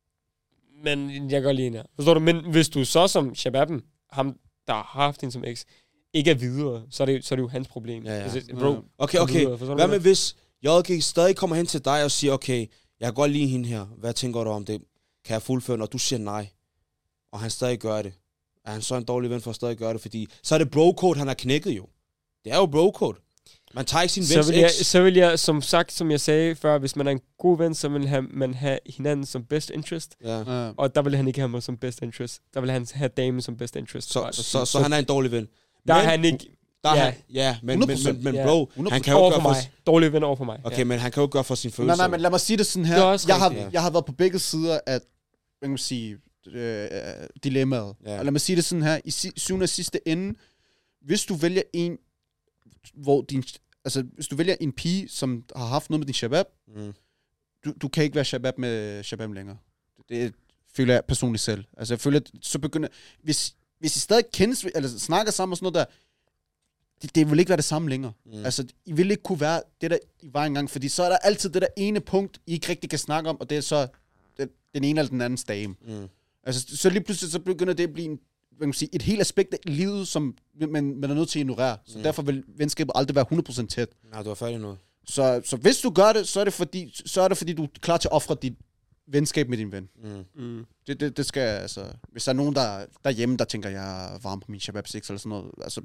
men jeg kan godt lide hende. Forstår du? Men hvis du så som shababen, ham, der har haft hende som eks, ikke er videre, så er det, så er det jo hans problem. Ja, ja. Altså, bro, okay, okay. Videre, hvad med hvis J G stadig kommer hen til dig og siger, okay, jeg kan godt lide hende her. Hvad tænker du om det? Kan jeg fuldføre, når du siger nej, og han stadig gør det? Er han så en dårlig ven for at stadig gøre det? Fordi så er det bro-code, han har knækket jo. Det er jo bro-code. Man tager ikke sin så vens vil, jeg, ex. så vil jeg, som sagt, som jeg sagde før, hvis man er en god ven, så vil have, man have hinanden som best interest. Ja. Ja. Og der vil han ikke have mig som best interest. Der vil han have damen som best interest. Så, så, så, så han er en dårlig ven. Der er Men- han ikke Der Ja. ja, han, ja men, men, men, men Ja. bro, han kan jo over gøre for for... mig. Dårlige venner over for mig. Okay, Ja. men han kan jo gøre for sin Nej, følelse. nej, men lad mig sige det sådan her. Det er også jeg, har, rigtigt, ja. jeg har været på begge sider af, hvad kan man sige, øh, dilemmaet. Ja. Og lad mig sige det sådan her. I si- syvende og sidste ende, hvis du vælger en, hvor din, altså hvis du vælger en pige, som har haft noget med din shabab, Mm. du, du kan ikke være shabab med shabab længere. Det føler jeg personligt selv. Altså jeg føler, at så begynder, hvis, hvis I stadig kendes, eller snakker sammen og sådan noget der, det, det vil ikke være det samme længere. Mm. Altså, I vil ikke kunne være det, der I var engang, fordi så er der altid det der ene punkt, I ikke rigtig kan snakke om, og det er så den, den ene eller den andens dame. Mm. Altså, så lige pludselig, så begynder det at blive en, hvad kan man sige, et helt aspekt af livet, som man, man er nødt til at ignorere. Så Mm. derfor vil venskabet aldrig være hundrede procent tæt. Nej, du er færdig nu. Så, så hvis du gør det, så er det fordi, så er det fordi du er klar til at ofre dit venskab med din ven. Mm. Mm. Det, det, det skal, altså, hvis der er nogen, der derhjemme, der tænker, jeg er varm på min shabab six eller sådan noget, altså,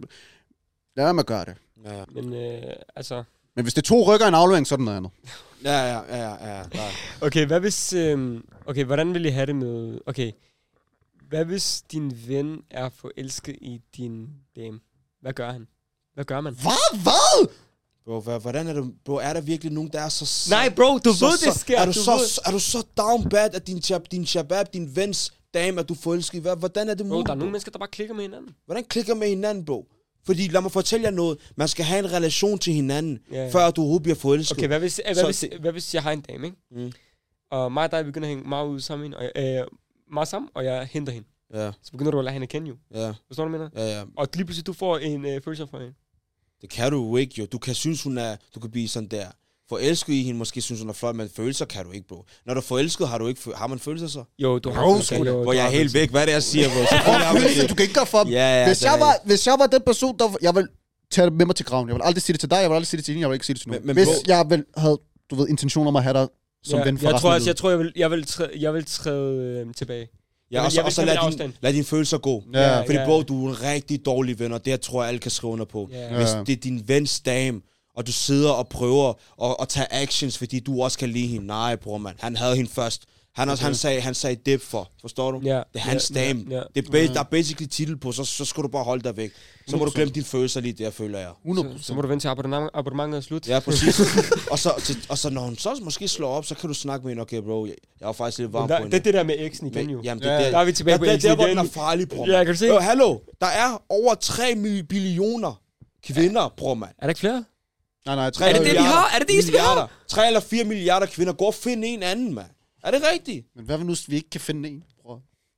lad være med at gøre det. Ja, ja. Men øh, altså... Men hvis det er to rykker en aflevering, så er det noget andet. Ja, ja, ja, ja, ja. Nej. Okay, hvad hvis... Øh, okay, hvordan vil I have det med... Okay, hvad hvis din ven er forelsket i din dame? Hvad gør han? Hvad gør man? Hvad? Hvad? Bro, hvad, hvordan er det, bro, er der virkelig nogen, der er så... Nej, bro, du så, ved, så, det sker. Er du, du så, ved. er du så down bad, at din, chab, din shabab, din vens dame, at du forelsker i? Hvad- Hvordan er det Bro, muligt? der er nogle mennesker, der bare klikker med hinanden. Hvordan klikker med hinanden, bro? Fordi lad mig fortælle jer noget. Man skal have en relation til hinanden, Ja, ja. før du overhovedet bliver forelsket. Okay, hvad hvis, hvad, Så hvis, det- hvad hvis jeg har en dame, ikke? Mm. Og mig og dig begynder at hænge meget ud sammen, og jeg, øh, meget sammen, og jeg henter hende. Ja, Så begynder du at lade hende kende jo. ja, Forstår du, hvad jeg mener? ja, ja. Og lige pludselig, du får en øh, følelse for hende. Det kan du jo ikke, jo. Du kan synes, hun er... Du kan blive sådan der... Forelsket i hende, måske synes hun er flot, men følelser kan du ikke, bro. Når du er forelsket, har du ikke... Har man følelser så? Jo, du har Jo, følelser, sgu da. jo, Hvor du jeg er har helt følelser. væk. Hvad er det, jeg siger, bro? Selvfølgelig har man det. Du kan ikke gøre for dem. Ja, ja, hvis, det jeg er var, hvis jeg var den person, der... Jeg vil tage det med mig til graven. Jeg vil aldrig sige det til dig, jeg vil aldrig sige det til hende, jeg vil ikke sige det til nogen. Men- men hvis bro- jeg vil have, du ved, intention om at have dig som Ja, ven for jeg resten tror, af altså, jeg livet. tror, jeg vil, jeg vil træde, jeg vil træde øh, tilbage. Ja, Jeg vil- og så, jeg vil- og så jeg vil lad, afstand. din, lad dine følelser gå. Ja. Fordi, ja. bro, du er en rigtig dårlig ven, og det jeg tror jeg, alle kan skrive under på. Ja. Hvis Ja. det er din vens dame, og du sidder og prøver at, at tage actions, fordi du også kan lide hende. Nej, bror, mand. Han havde hende først. Han, også, han sagde, han sagde dip for. Forstår du? Ja. Det er hans Ja, dame. ja, ja. Det er ba- der er basically titel på, så, så skal du bare holde dig væk. Så må du glemme dine følelser lige der, føler jeg. hundrede Så, procent. så må du vente til abonnement, abonnementet er slut. Ja, præcis. og, så, til, og så når hun så måske slår op, så kan du snakke med hende. Okay, bro, jeg, jeg var faktisk lidt varm Men på der, hende. det er det der med eksen igen jo. Men, jamen, det, Ja, er Der er vi tilbage der, på der, eksen der, hvor den igen. er farlig, bror. Ja, kan du se? Jo, hallo, der er over tre billioner kvinder, bror, mand. Er der ikke flere? Nej, nej. tre Er det det, vi milliarder- har? Er det det eneste, vi har? milliarder. Tre eller fire milliarder kvinder. Gå og find en anden, mand. Er det rigtigt? Men hvad nu, hvis vi ikke kan finde en, bror?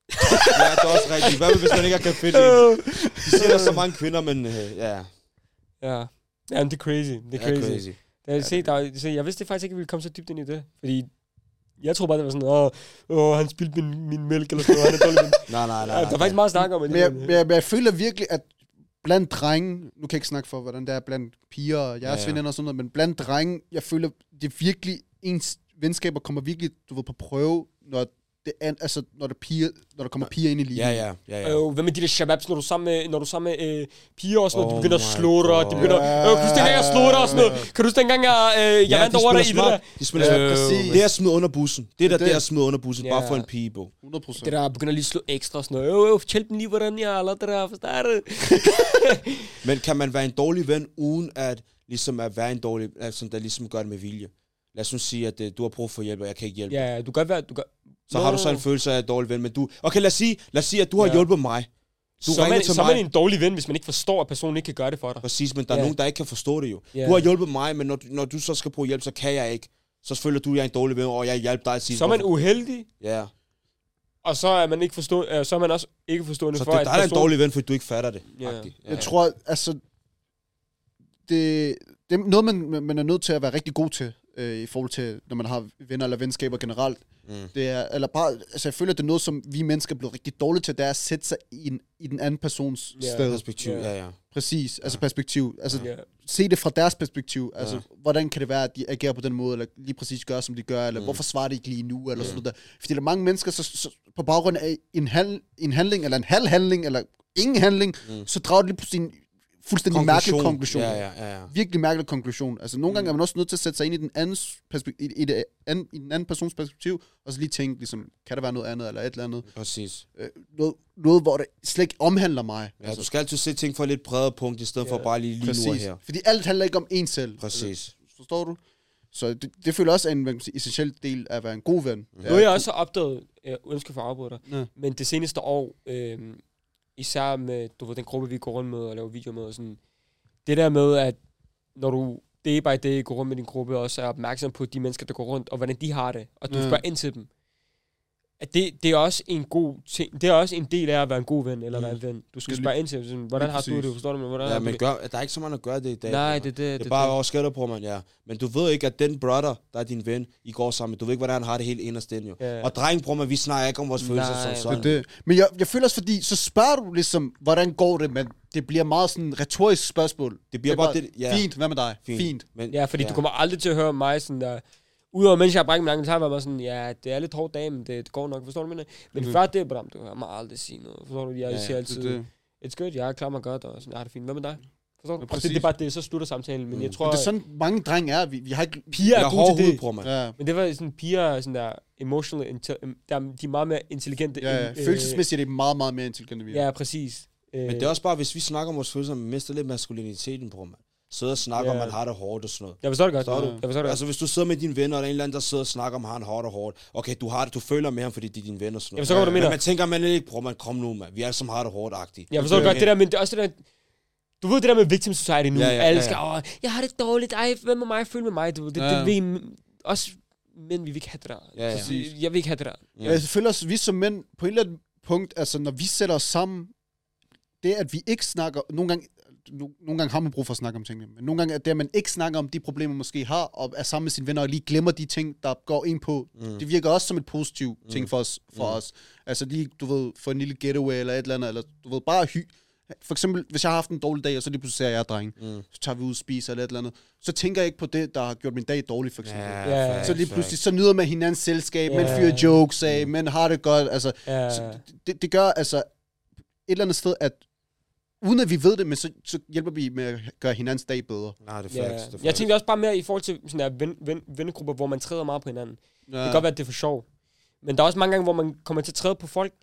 Ja, det er også rigtigt. Hvad hvis man ikke kan finde en? De siger, der er så mange kvinder, men øh, ja, Ja. Jamen, det er crazy. Det er det crazy. er crazy. Jeg, se, der, se, jeg vidste faktisk ikke, at vi ville komme så dybt ind i det. Fordi jeg tror bare, det var sådan, åh, åh han spildte min, min mælk, eller sådan noget. Han er dårlig. Nej, nej, nej. Ja, der er faktisk meget snak om det. Men jeg, men jeg, men jeg føler virkelig, at blandt drenge, nu kan jeg ikke snakke for, hvordan det er blandt piger og jeres Ja, ja, ja. ja. veninder og sådan noget, men blandt drenge, jeg føler, det er virkelig, ens venskaber kommer virkelig, du ved, på prøve, når det er, altså, når der, piger, når der kommer piger ind i livet. Ja, ja, ja, ja. Øh, hvad med de der shababs, når du er sammen med, når du er sammen med øh, piger og sådan noget, Oh de begynder at my slå dig, God. de begynder, øh, kan du huske dengang, jeg slog dig og sådan noget? Kan du huske dengang, jeg, øh, jeg Ja, vandt de over dig i spiller det der? smart. De spiller Ja, smart. præcis. Det er at smide under bussen. Det er der, Det- det er at smide under bussen. Bare Ja. for en pige, bro. hundrede procent. Det der begynder lige at slå ekstra og sådan noget. Øh, øh, fortæl dem lige, hvordan jeg har lavet det der, forstår du? Men kan man være en dårlig ven, uden at, ligesom at være en dårlig, altså, der ligesom gør det med vilje? Lad os nu sige, at uh, du har brug for hjælp, og jeg kan ikke hjælpe. Ja, du kan være, du kan... Så har du så en følelse af en dårlig ven, men du... Okay, lad os sige, lad os sige at du har Ja. hjulpet mig. Du så er ringer man, til så er mig. man en dårlig ven, hvis man ikke forstår, at personen ikke kan gøre det for dig. Præcis, men der er Ja. nogen, der ikke kan forstå det jo. Ja. Du har hjulpet mig, men når du, når du så skal bruge hjælp, så kan jeg ikke. Så føler du, at jeg er en dårlig ven, og jeg hjælper dig at sige... Så er man hvorfor- uheldig, Ja. og så er man ikke forstå, øh, så er man også ikke forstående Så for, det, at der er en personen- dårlig ven, fordi du ikke fatter det. Ja. Agtigt. Ja. Jeg tror, altså, det, det er noget, man, man er nødt til at være rigtig god til, øh, i forhold til, når man har venner eller venskaber generelt. Mm. Det er, eller bare, altså jeg føler, det er noget, som vi mennesker er blevet rigtig dårlige til, det er at sætte sig i, en, i den anden persons Ja. sted. Perspektiv, Ja. ja, ja. Præcis, altså Ja. perspektiv. Altså Ja. se det fra deres perspektiv. Altså, Ja. hvordan kan det være, at de agerer på den måde, eller lige præcis gør, som de gør, eller Mm. hvorfor svarer de ikke lige nu, eller Mm. sådan noget der. Fordi der er mange mennesker, så, så på baggrund af en, handl, en handling, eller en halv handling, eller ingen handling, Mm. så drager de lige pludselig en fuldstændig mærkelig konklusion. Ja, ja, ja, ja. Virkelig mærkelig konklusion. Altså nogle gange er man også nødt til at sætte sig ind i den, andens perspek- i, i, det an, i den anden persons perspektiv, og så lige tænke, ligesom, kan der være noget andet, eller et eller andet. Præcis. Øh, noget, noget, hvor det slet ikke omhandler mig. Ja, du skal altid se ting fra et lidt bredere punkt, i stedet Ja. for bare lige lige nu og Præcis. her. Fordi alt handler ikke om en selv. Præcis. Altså, forstår du? Så det, det føler også er en hvad kan man sige, essentiel del af at være en god ven. Mm. Det Nu har jeg er- også opdaget, jeg ønsker for at afbryde dig, Ja. men det seneste år, øh, især med, du ved, den gruppe, vi går rundt med og laver videoer med, og sådan, det der med, at når du day by day går rundt med din gruppe, også er opmærksom på de mennesker, der går rundt, og hvordan de har det, og du Ja. spørger ind til dem, at det, det er også en god ting, det er også en del af at være en god ven, eller Mm. være en ven. Du skal Det er spørge ind til dem, sådan, hvordan lige har du præcis. det, forstår du mig? Hvordan Ja, har du men det? gør, der er ikke så meget at gøre det i dag. Nej, bro. det er det. Det er bare over skælder på, man, ja. Men du ved ikke, at den brother, der er din ven, I går sammen, du ved ikke, hvordan han har det helt inderst inde, jo. Ja. Og dreng, bror, man, vi snakker ikke om vores følelser Nej, som sådan. Det, er det. Men jeg, jeg føler også, fordi så spørger du ligesom, hvordan går det, men det bliver meget sådan et retorisk spørgsmål. Det bliver er bare det- ja. Fint, hvad med dig? Fint. Fint. Men, Ja, fordi ja. du kommer aldrig til at høre mig sådan der... Udover mens jeg har brækket min ankel, så har jeg været sådan, ja, det er lidt hårdt dag, men det, det går nok, forstår du mig? Men Mhm. før det, bram, du hører mig aldrig sige noget, forstår du? Jeg Ja, ja, siger ja, altid, Det, er det. it's good, jeg klarer mig godt, og sådan, jeg har det fint. Hvad med dig? Forstår du? Og det, præcis. det er bare det, så slutter samtalen, men Mm. jeg tror, Men det er sådan, mange drenge er. Vi, vi har ikke... piger jeg er er gode hård til hoved, det. bror, man. Ja, Men det var sådan, piger er sådan der emotional, intel- der, de er meget mere intelligente. ja, ja. end, øh, Følelsesmæssigt er det meget, meget mere intelligente, end vi er. Ja, præcis. Men det er også bare, hvis vi snakker om vores følelser, man mister lidt maskuliniteten, bror, man. Sidder og snakker Ja. om, man har det hårdt og sådan noget. Jeg forstår det godt. Forstår du? Jeg forstår det godt. Altså, hvis du sidder med dine venner, og der er en eller anden, der sidder og snakker om, at han har det hårdt. Okay, du har det, du føler med ham, fordi det er dine venner og sådan Jeg noget. forstår, hvad du Men mener. man tænker, man ikke, bror, man, kom nu, man. Vi er alle sammen har det hårdt-agtigt. Jeg forstår det godt, det der, men det er også det der... Du ved det der med victim society nu. Ja, Ja, ja, ja, Alle ja, skal, ja. åh, jeg har det dårligt, ej, hvem med mig, følg med mig, du ved. Det, Ja. det ved også men vi vil ikke have det der. Ja, ja. Præcis. Jeg vil ikke have det der. Ja. Jeg føler også, vi som mænd, på et eller andet punkt, altså når vi sætter os sammen, det at vi ikke snakker, nogle gange, no, nogle gange har man brug for at snakke om tingene, men nogle gange er det, at man ikke snakker om de problemer, man måske har, og er sammen med sine venner, og lige glemmer de ting, der går ind på, Mm. det virker også som et positivt Mm. ting for os. For Mm. os. Altså lige, du ved, for en lille getaway eller et eller andet, eller du ved, bare hy. For eksempel, hvis jeg har haft en dårlig dag, og så lige pludselig ser jeg, at jeg er dreng, Mm. så tager vi ud og spiser eller et eller andet, så tænker jeg ikke på det, der har gjort min dag dårlig, for eksempel. Ja, Ja. facts, Så lige facts. pludselig, så nyder man hinandens selskab, Ja. man fyrer jokes af, man har det godt, altså, Ja. så det, det gør altså et eller andet sted, at uden at vi ved det, men så, så hjælper vi med at gøre hinandens dag bedre. Nej, det er Ja. facts. Det er Jeg facts. tænkte også bare mere i forhold til sådan der ven, ven, vennegrupper, hvor man træder meget på hinanden. Ja. Det kan godt være, at det er for sjov. Men der er også mange gange, hvor man kommer til at træde på folk,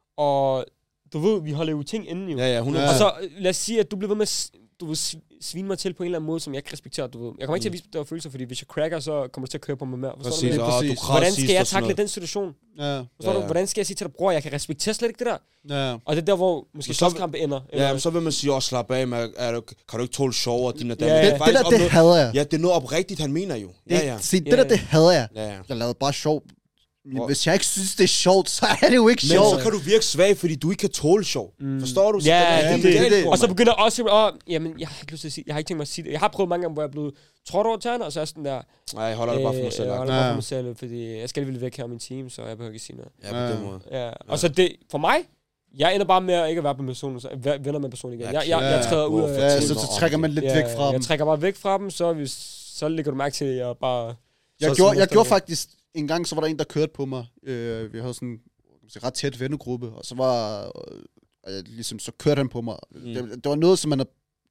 og du ved, vi holder jo ting inde jo. Ja, ja, hundrede Ja. Og procent. så øh, lad os sige, at du bliver ved med at s- du vil sv- svine mig til på en eller anden måde, som jeg ikke respekterer, du ved. Jeg kommer ikke til at vise, at der er følelser, fordi hvis jeg cracker, så kommer du til at køre på mig mere. Forstår du, Præcis, hvad jeg og Præcis. du mener? Hvordan skal jeg og sådan takle noget. den situation? Ja, Forstår Ja, du? ja. Hvordan skal jeg sige til dig, bror, jeg kan respektere slet ikke det der? ja. Og det er der, hvor måske så- slåskampe ender. Ja, men så vil man sige, også slap af, med, er du, kan du ikke tåle sjov og din og den. Ja, Men ja. Det, det faktisk der, om det noget- hader jeg. Ja, det er noget oprigtigt, han mener jo. Ja, Det, ja. Se, det Ja, der, ja. det hader jeg. Ja, ja. Jeg lavede bare sjov. Men Hvor- hvis jeg ikke synes, det er sjovt, så er det jo ikke Men sjovt. så kan du virke svag, fordi du ikke kan tåle sjov. Mm. Forstår du? Så Ja, kan det være er helt det. galt, Det er det. bror, Og så mand. begynder også, åh, jamen, jeg har ikke lyst til at sige, jeg har ikke tænkt mig at sige det. Jeg har prøvet mange gange, hvor jeg er blevet trådt over tæerne, og så er jeg sådan der, Nej, jeg holder det bare for mig selv. øh, jeg Ja, holder bare Ja. for mig selv, fordi jeg skal alligevel væk her med min team, så jeg behøver ikke sige noget. på Ja. den måde. Ja. Og så det, for mig, jeg ender bare med at ikke at være med personen, så være venner med personen igen. Ja, Jeg, jeg, jeg ja. træder ud Hvorfor af... Ja, fortæl så, mig så om trækker det. man lidt ja, væk fra jeg dem. trækker bare væk fra dem, så, hvis, så lægger du mærke til, at jeg bare... Jeg, så gjorde, sådan jeg gjorde efter- faktisk, en gang så var der en, der kørte på mig. Øh, vi havde sådan en ret tæt vennegruppe, og så var, øh, ligesom, så kørte han på mig. Mm. Det, det var noget, som man har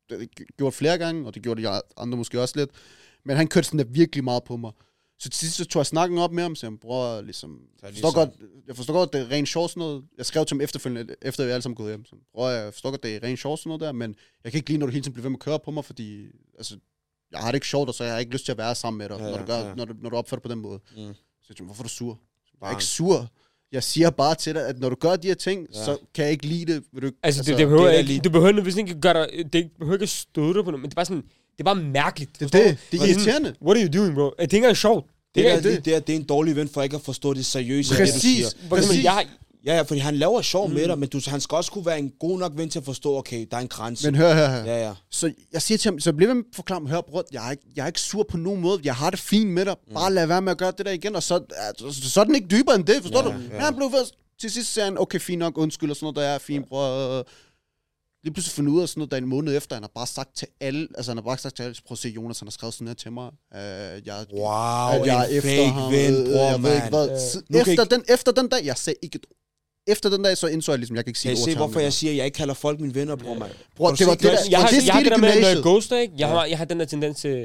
gjort flere gange, og det gjorde de andre måske også lidt. Men han kørte sådan der virkelig meget på mig. Så til sidst så tog jeg snakken op med ham, så jeg bror, ligesom, Så er jeg det forstår, ligesom- godt, jeg forstår godt, det er rent sjovt sådan noget. Jeg skrev til ham efterfølgende, efter vi alle sammen gået hjem. Så, bror, jeg forstår godt, det er rent sjovt sådan noget der, men jeg kan ikke lide, når du hele tiden bliver ved med at køre på mig, fordi altså, jeg har det ikke sjovt, og så jeg har ikke lyst til at være sammen med dig, Ja, når, du ja, gør, ja. når, du, når du opfører dig på den måde. Mm. Så jeg tænkte, hvorfor er du sur? Jeg er Barn. ikke sur. Jeg siger bare til dig, at når du gør de her ting, Ja. så kan jeg ikke lide det. Vil du, ikke- Altså, det, det behøver det er ikke, lige- du behøver nødvendigvis ikke gøre dig, det behøver ikke at støde dig på noget, men det er bare sådan, det er bare mærkeligt. det er forstår det. du? Det er irriterende. What are you doing, bro? Det er ikke engang sjovt. Det, er der, ikke- det, det, er, det er en dårlig ven for ikke at forstå det seriøse, det du Præcis. siger. For eksempel, Præcis. jeg, har, Ja, ja, fordi han laver sjov mm. med dig, men du, han skal også kunne være en god nok ven til at forstå, okay, der er en grænse. Men hør, hør, hør. Ja, ja. Så jeg siger til ham, så bliv ved med at forklare mig, hør bror, jeg er, ikke, jeg er ikke sur på nogen måde, jeg har det fint med dig, bare mm. lad være med at gøre det der igen, og så, så, så er den ikke dybere end det, forstår ja, du? Ja. Ja, han blev ved, til sidst sagde han, okay, fint nok, undskyld, og sådan noget, der er fint, bror. Lige pludselig fundet ud af sådan noget, der en måned efter, han har bare sagt til alle, altså han har bare sagt til alle, prøv at se, Jonas, han har skrevet sådan her til mig, uh, jeg, wow, at jeg en er efter fake ham, ven, øh, bror, jeg ved ikke hvad. Ja. Efter, den, efter den dag, jeg sagde ikke et Efter den dag, så indså jeg ligesom, jeg kan ikke sige kan ord se, til ham. hvorfor jeg siger, at jeg ikke kalder folk mine venner, bror, mand. Bror, det var det der, Jeg har, det jeg har det der med, når jeg gymnasiet. ghoster, ikke? Jeg har, jeg har den der tendens til...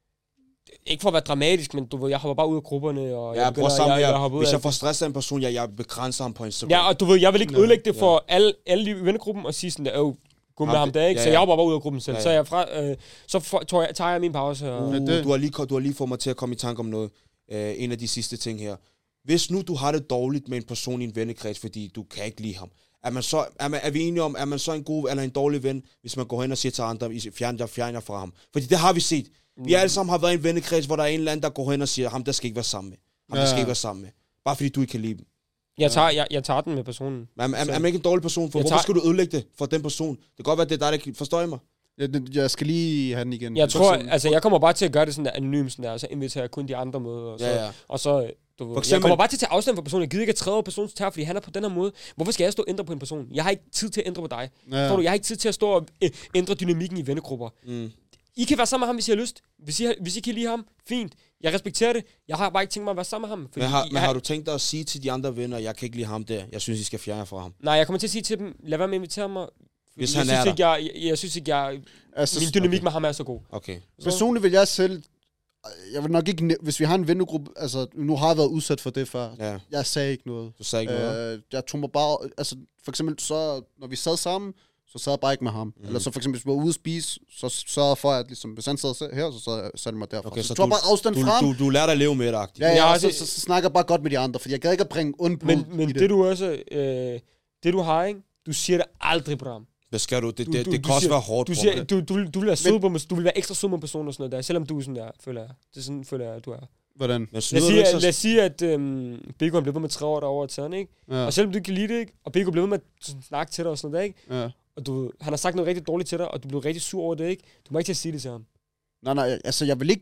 Ikke for at være dramatisk, men du ved, jeg hopper bare ud af grupperne, og Ja, jeg bror, sammen jeg, jeg, her. jeg ud Hvis af jeg får stress af en person, jeg, jeg begrænser ham på Instagram. Ja, og du ved, jeg vil ikke Ja. ødelægge det for alle, alle i vennegruppen og sige sådan der, åh, gå med Ham- ham der, ikke? ja, Så ja. jeg hopper bare ud af gruppen selv. Ja, ja. Så, jeg fra, øh, så for, tager, jeg, tager jeg min pause. Og, Uh, Ja, det- du, har lige, du har lige fået mig til at komme i tanke om noget. Uh, en af de sidste ting her. Hvis nu du har det dårligt med en person i en vennekreds, fordi du kan ikke lide ham, er, man så, er, man, er vi enige om, er man så en god eller en dårlig ven, hvis man går hen og siger til andre, I fjerner jer, fjerner jer fra ham? Fordi det har vi set. Vi alle sammen har været i en vennekreds, hvor der er en eller anden, der går hen og siger, ham der skal ikke være sammen med. Ham der Ja. skal ikke være sammen med. Bare fordi du ikke kan lide dem. jeg, tager, jeg, jeg tager den med personen. Men er, er, Så- er man ikke en dårlig person? For Jeg hvorfor tager- skal du ødelægge det for den person? Det kan godt være, det er dig, der forstår I mig. Jeg, jeg skal lige have den igen. Jeg Det- tror, sådan- altså jeg kommer bare til at gøre det sådan der anonymt, sådan der, og så inviterer jeg kun de andre med, og så, Ja, ja. og så du ved, For eksempel- jeg kommer bare til at tage afstand fra personen. Jeg gider ikke at træde over personens tær, fordi han er på den her måde. Hvorfor skal jeg stå og ændre på en person? Jeg har ikke tid til at ændre på dig. Ja. Forstår du? Jeg har ikke tid til at stå og øh, ændre dynamikken i vennegrupper. Mm. I kan være sammen med ham, hvis I har lyst. Hvis I, har, hvis I kan lide ham, fint. Jeg respekterer det. Jeg har bare ikke tænkt mig at være sammen med ham. Fordi Men, har, I, men jeg, har du tænkt dig at sige til de andre venner, jeg kan ikke lide ham der, jeg synes, I skal fjerne fra ham? Nej, jeg kommer til at sige til dem, lad være med at invitere mig. Hvis jeg han synes er ikke, jeg, jeg, jeg synes ikke, jeg, Altså, min dynamik med ham er så god. Okay. Så, personligt vil jeg selv... Jeg vil nok ikke... næ- Hvis vi har en vennegruppe... Altså, nu har jeg været udsat for det før. Ja, Jeg sagde ikke noget. du sagde ikke noget. Øh, jeg tog mig bare... Altså, for eksempel så... Når vi sad sammen, så sad jeg bare ikke med ham. Mhm. Mm. Eller så for eksempel, hvis vi var ude at spise, så sørgede jeg for, at ligesom, hvis han sad her, så sad jeg satte mig derfra. Okay, så, så så tog jeg du- bare afstand Du, fra ham. du, du lærte at leve med det, agtigt. Ja, ja, Ja, og så, det- så, så, snakker jeg bare godt med de andre, fordi jeg gad ikke at bringe ond blod men men i det. det. du også, øh, det du har, ikke? Du siger det aldrig, Bram. Hvad skal du? Det, Du- det, du- det du kan også siger- være hårdt, Du, bror. siger, du, du, du, vil være sød på, du vil være ekstra sød på en person og sådan noget der, selvom du er sådan der, føler jeg. Det er sådan, føler jeg, at du er. Hvordan? Men Lad os snyder du sige, ikke at, lad os så... sige, at øhm, Bego han blev ved med tre år derovre til han, ikke? Ja, Og selvom du ikke kan lide det, ikke? Og Bego blev ved med at sådan, snakke til dig og sådan noget der, ikke? ja. Og du, han har sagt noget rigtig dårligt til dig, og du blev rigtig sur over det, ikke? Du må ikke til at sige det til ham. Nej, nej, altså jeg vil ikke...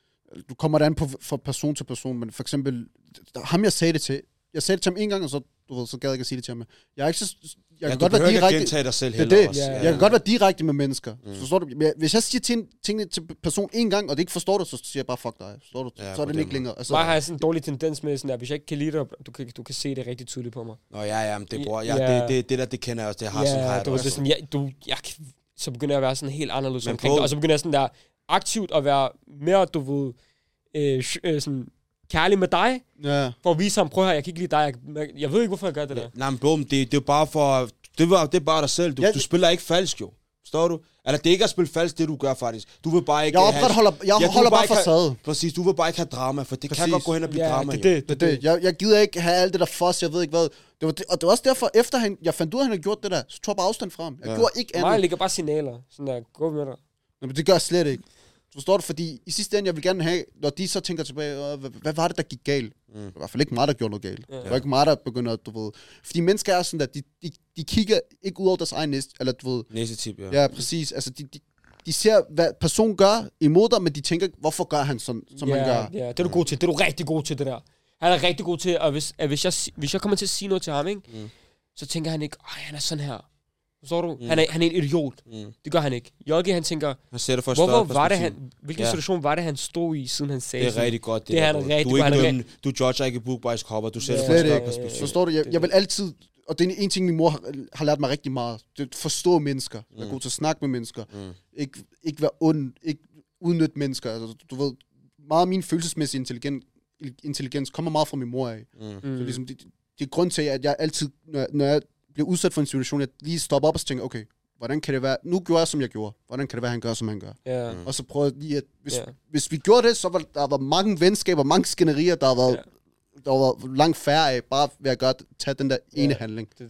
Du kommer da an på fra person til person, men for eksempel, ham jeg sagde det til, jeg sagde det til ham en gang, og så, du ved, så gad jeg ikke at sige det til ham. Jeg er ikke så... Jeg Ja, kan du godt være behøver ikke at direkte... gentage dig selv Det er heller det. også. Ja, Jeg kan godt være direkte med mennesker. Mm. Mm. Forstår du? Men hvis jeg siger ting, tingene til person en gang, og det ikke forstår det, så siger jeg bare, fuck dig. Forstår du? Ja, så er på det den ikke længere. Altså, Mig har jeg sådan en dårlig tendens med sådan der, hvis jeg ikke kan lide dig, du kan, du kan se det rigtig tydeligt på mig. Nå ja, ja, men det, bror. Ja, Ja. det, det, det der, det kender jeg også. Det har sådan har Ja, jeg du, det det er også. sådan, jeg, du, jeg, kan- så begynder jeg at være sådan helt anderledes Men omkring på- det, og så begynder jeg sådan der aktivt at være mere, du ved, øh, sh- øh, sådan kærlig med dig, ja. for at vise ham, prøv her, jeg kan ikke lide dig, jeg, jeg ved ikke, hvorfor jeg gør det der. Nej, men bum, det, det er jo bare for... Det, var, det er bare dig selv. Du, Ja, du det- spiller ikke falsk, jo. Forstår du? Eller det er ikke at spille falsk, det du gør faktisk. Du vil bare ikke... Jeg have- opretholder, jeg Ja, du holder vil bare ikke have- facade. Præcis, du vil bare ikke have drama, for det Præcis. kan godt gå hen og blive Ja, drama, det jo. er det. Det er det. Jeg, jeg gider ikke have alt det der fuss, jeg ved ikke hvad. Det var det, og det var også derfor, efter han, jeg fandt ud af, at han havde gjort det der, så tog jeg bare afstand fra ham. Jeg Ja. ja. gjorde ikke Mig andet. ligger bare signaler, sådan der, gå med dig. Nå, men det gør jeg slet ikke. Du forstår det, fordi i sidste ende, jeg vil gerne have, når de så tænker tilbage, "Åh, hvad, hvad var det, der gik galt? Mm. Det var i hvert fald ikke mig, der gjorde noget galt. Ja. Det var ikke mig, der begynder at, du ved... Fordi mennesker er sådan, at de, de, de kigger ikke ud over deres egen næste, eller du ved... Næste tip, ja. Ja, præcis. Altså, de, de, de ser, hvad personen gør imod dig, men de tænker, hvorfor gør han sådan, som ja, han gør? Ja, det er du god til. Det er du rigtig god til, det der. Han er rigtig god til, at hvis, at hvis, jeg, si- hvis jeg kommer til at sige noget til ham, ikke, Mm. så tænker han ikke, ej, han er sådan her. Forstår du? Mm. Han, er, han er en idiot. Mm. Det gør han ikke. Jørgen, han tænker, Han ser det fra et hvorfor større var det perspektiv. han, hvilken Ja. situation var det, han stod i, siden han sagde Det er sådan? rigtig godt. Det, Det er han der, rigtig du, er godt. ikke Han er dømme, du judger ikke book by its cover. Du ser Ja, det fra et slet større ikke. perspektiv. Forstår du? Jeg, jeg vil altid... Og det er en ting, min mor har, har lært mig rigtig meget. Det er at forstå mennesker. Være Mm. god til at snakke med mennesker. Mm. Ikke, ikke være ond. Ikke udnytte mennesker. Altså, du ved, meget af min følelsesmæssige intelligens, intelligens kommer meget fra min mor af. Mm. Mm. Så ligesom, det, det er grund til, at jeg altid, når jeg, når jeg bliver udsat for en situation, jeg lige stopper op og så tænker, okay, hvordan kan det være, nu gjorde jeg, som jeg gjorde. Hvordan kan det være, han gør, som han gør? Ja. Mm. Og så prøver jeg lige at, hvis, Ja. hvis vi gjorde det, så var der var mange venskaber, mange skænderier, der har været, Ja. der var langt færre af, bare ved at gøre, tage den der ene Ja. handling. Det, er det.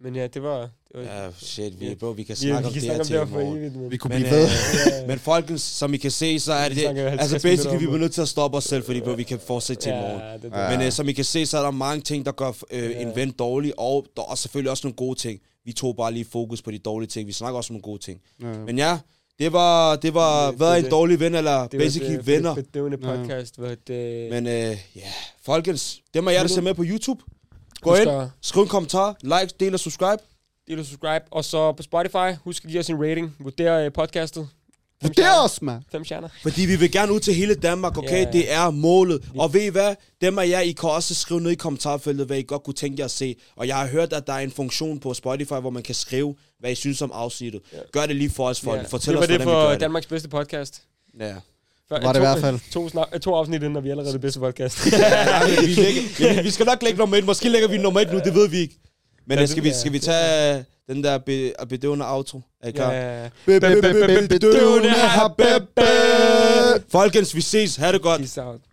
Men ja, det var... Det var Ja, shit, vi, bro, vi kan vi, snakke vi om kan det snakke her om til det i her for morgen. evigt. Men, Vi kunne Men, blive ved. øh, men folkens, som I kan se, så er det Vi det. snakker halvtreds Altså minutter basically, vi om bliver det. nødt til at stoppe os selv, fordi bro, vi kan fortsætte til i morgen. ja, det, det. Ja. Men øh, som I kan se, så er der mange ting, der gør øh, en ven dårlig, og der er selvfølgelig også nogle gode ting. Vi tog bare lige fokus på de dårlige ting. Vi snakker også om nogle gode ting. Ja. Men ja, det var, det var Det- hvad er det- en det- dårlig ven, eller det var basically det, venner. Det bedøvende Ja. podcast, hvor det... Men øh, ja, folkens, dem af jer, der ser med på YouTube, gå Husk ind, at- skriv en kommentar, like, del og subscribe. Del og subscribe. Og så på Spotify, husk at give os en rating. Vurder øh, podcastet. Fem Det er stjerner. os, mand. Fem stjerner. Fordi vi vil gerne ud til hele Danmark, okay? Ja, ja. Det er målet. Og ved I hvad? Dem af jer, I kan også skrive ned i kommentarfeltet, hvad I godt kunne tænke jer at se. Og jeg har hørt, at der er en funktion på Spotify, hvor man kan skrive, hvad I synes om afsnittet. Ja. Gør det lige for os, folk. Ja. Fortæl det os, var det hvordan vi for gør det. Danmarks bedste podcast. Ja. For, Var det i hvert fald. To, snak, to afsnit inden, og vi er allerede det bedste podcast. Ja, vi, lægger, ja, vi skal nok lægge nummer et. Måske lægger vi nummer et nu, det ved vi ikke. Men Ja, ja, skal, det- vi, skal vi tage den der be, bedøvende outro? Er I klar? ja. Bedøvende har Beppe. Folkens, vi ses. Ha' det godt. Peace out.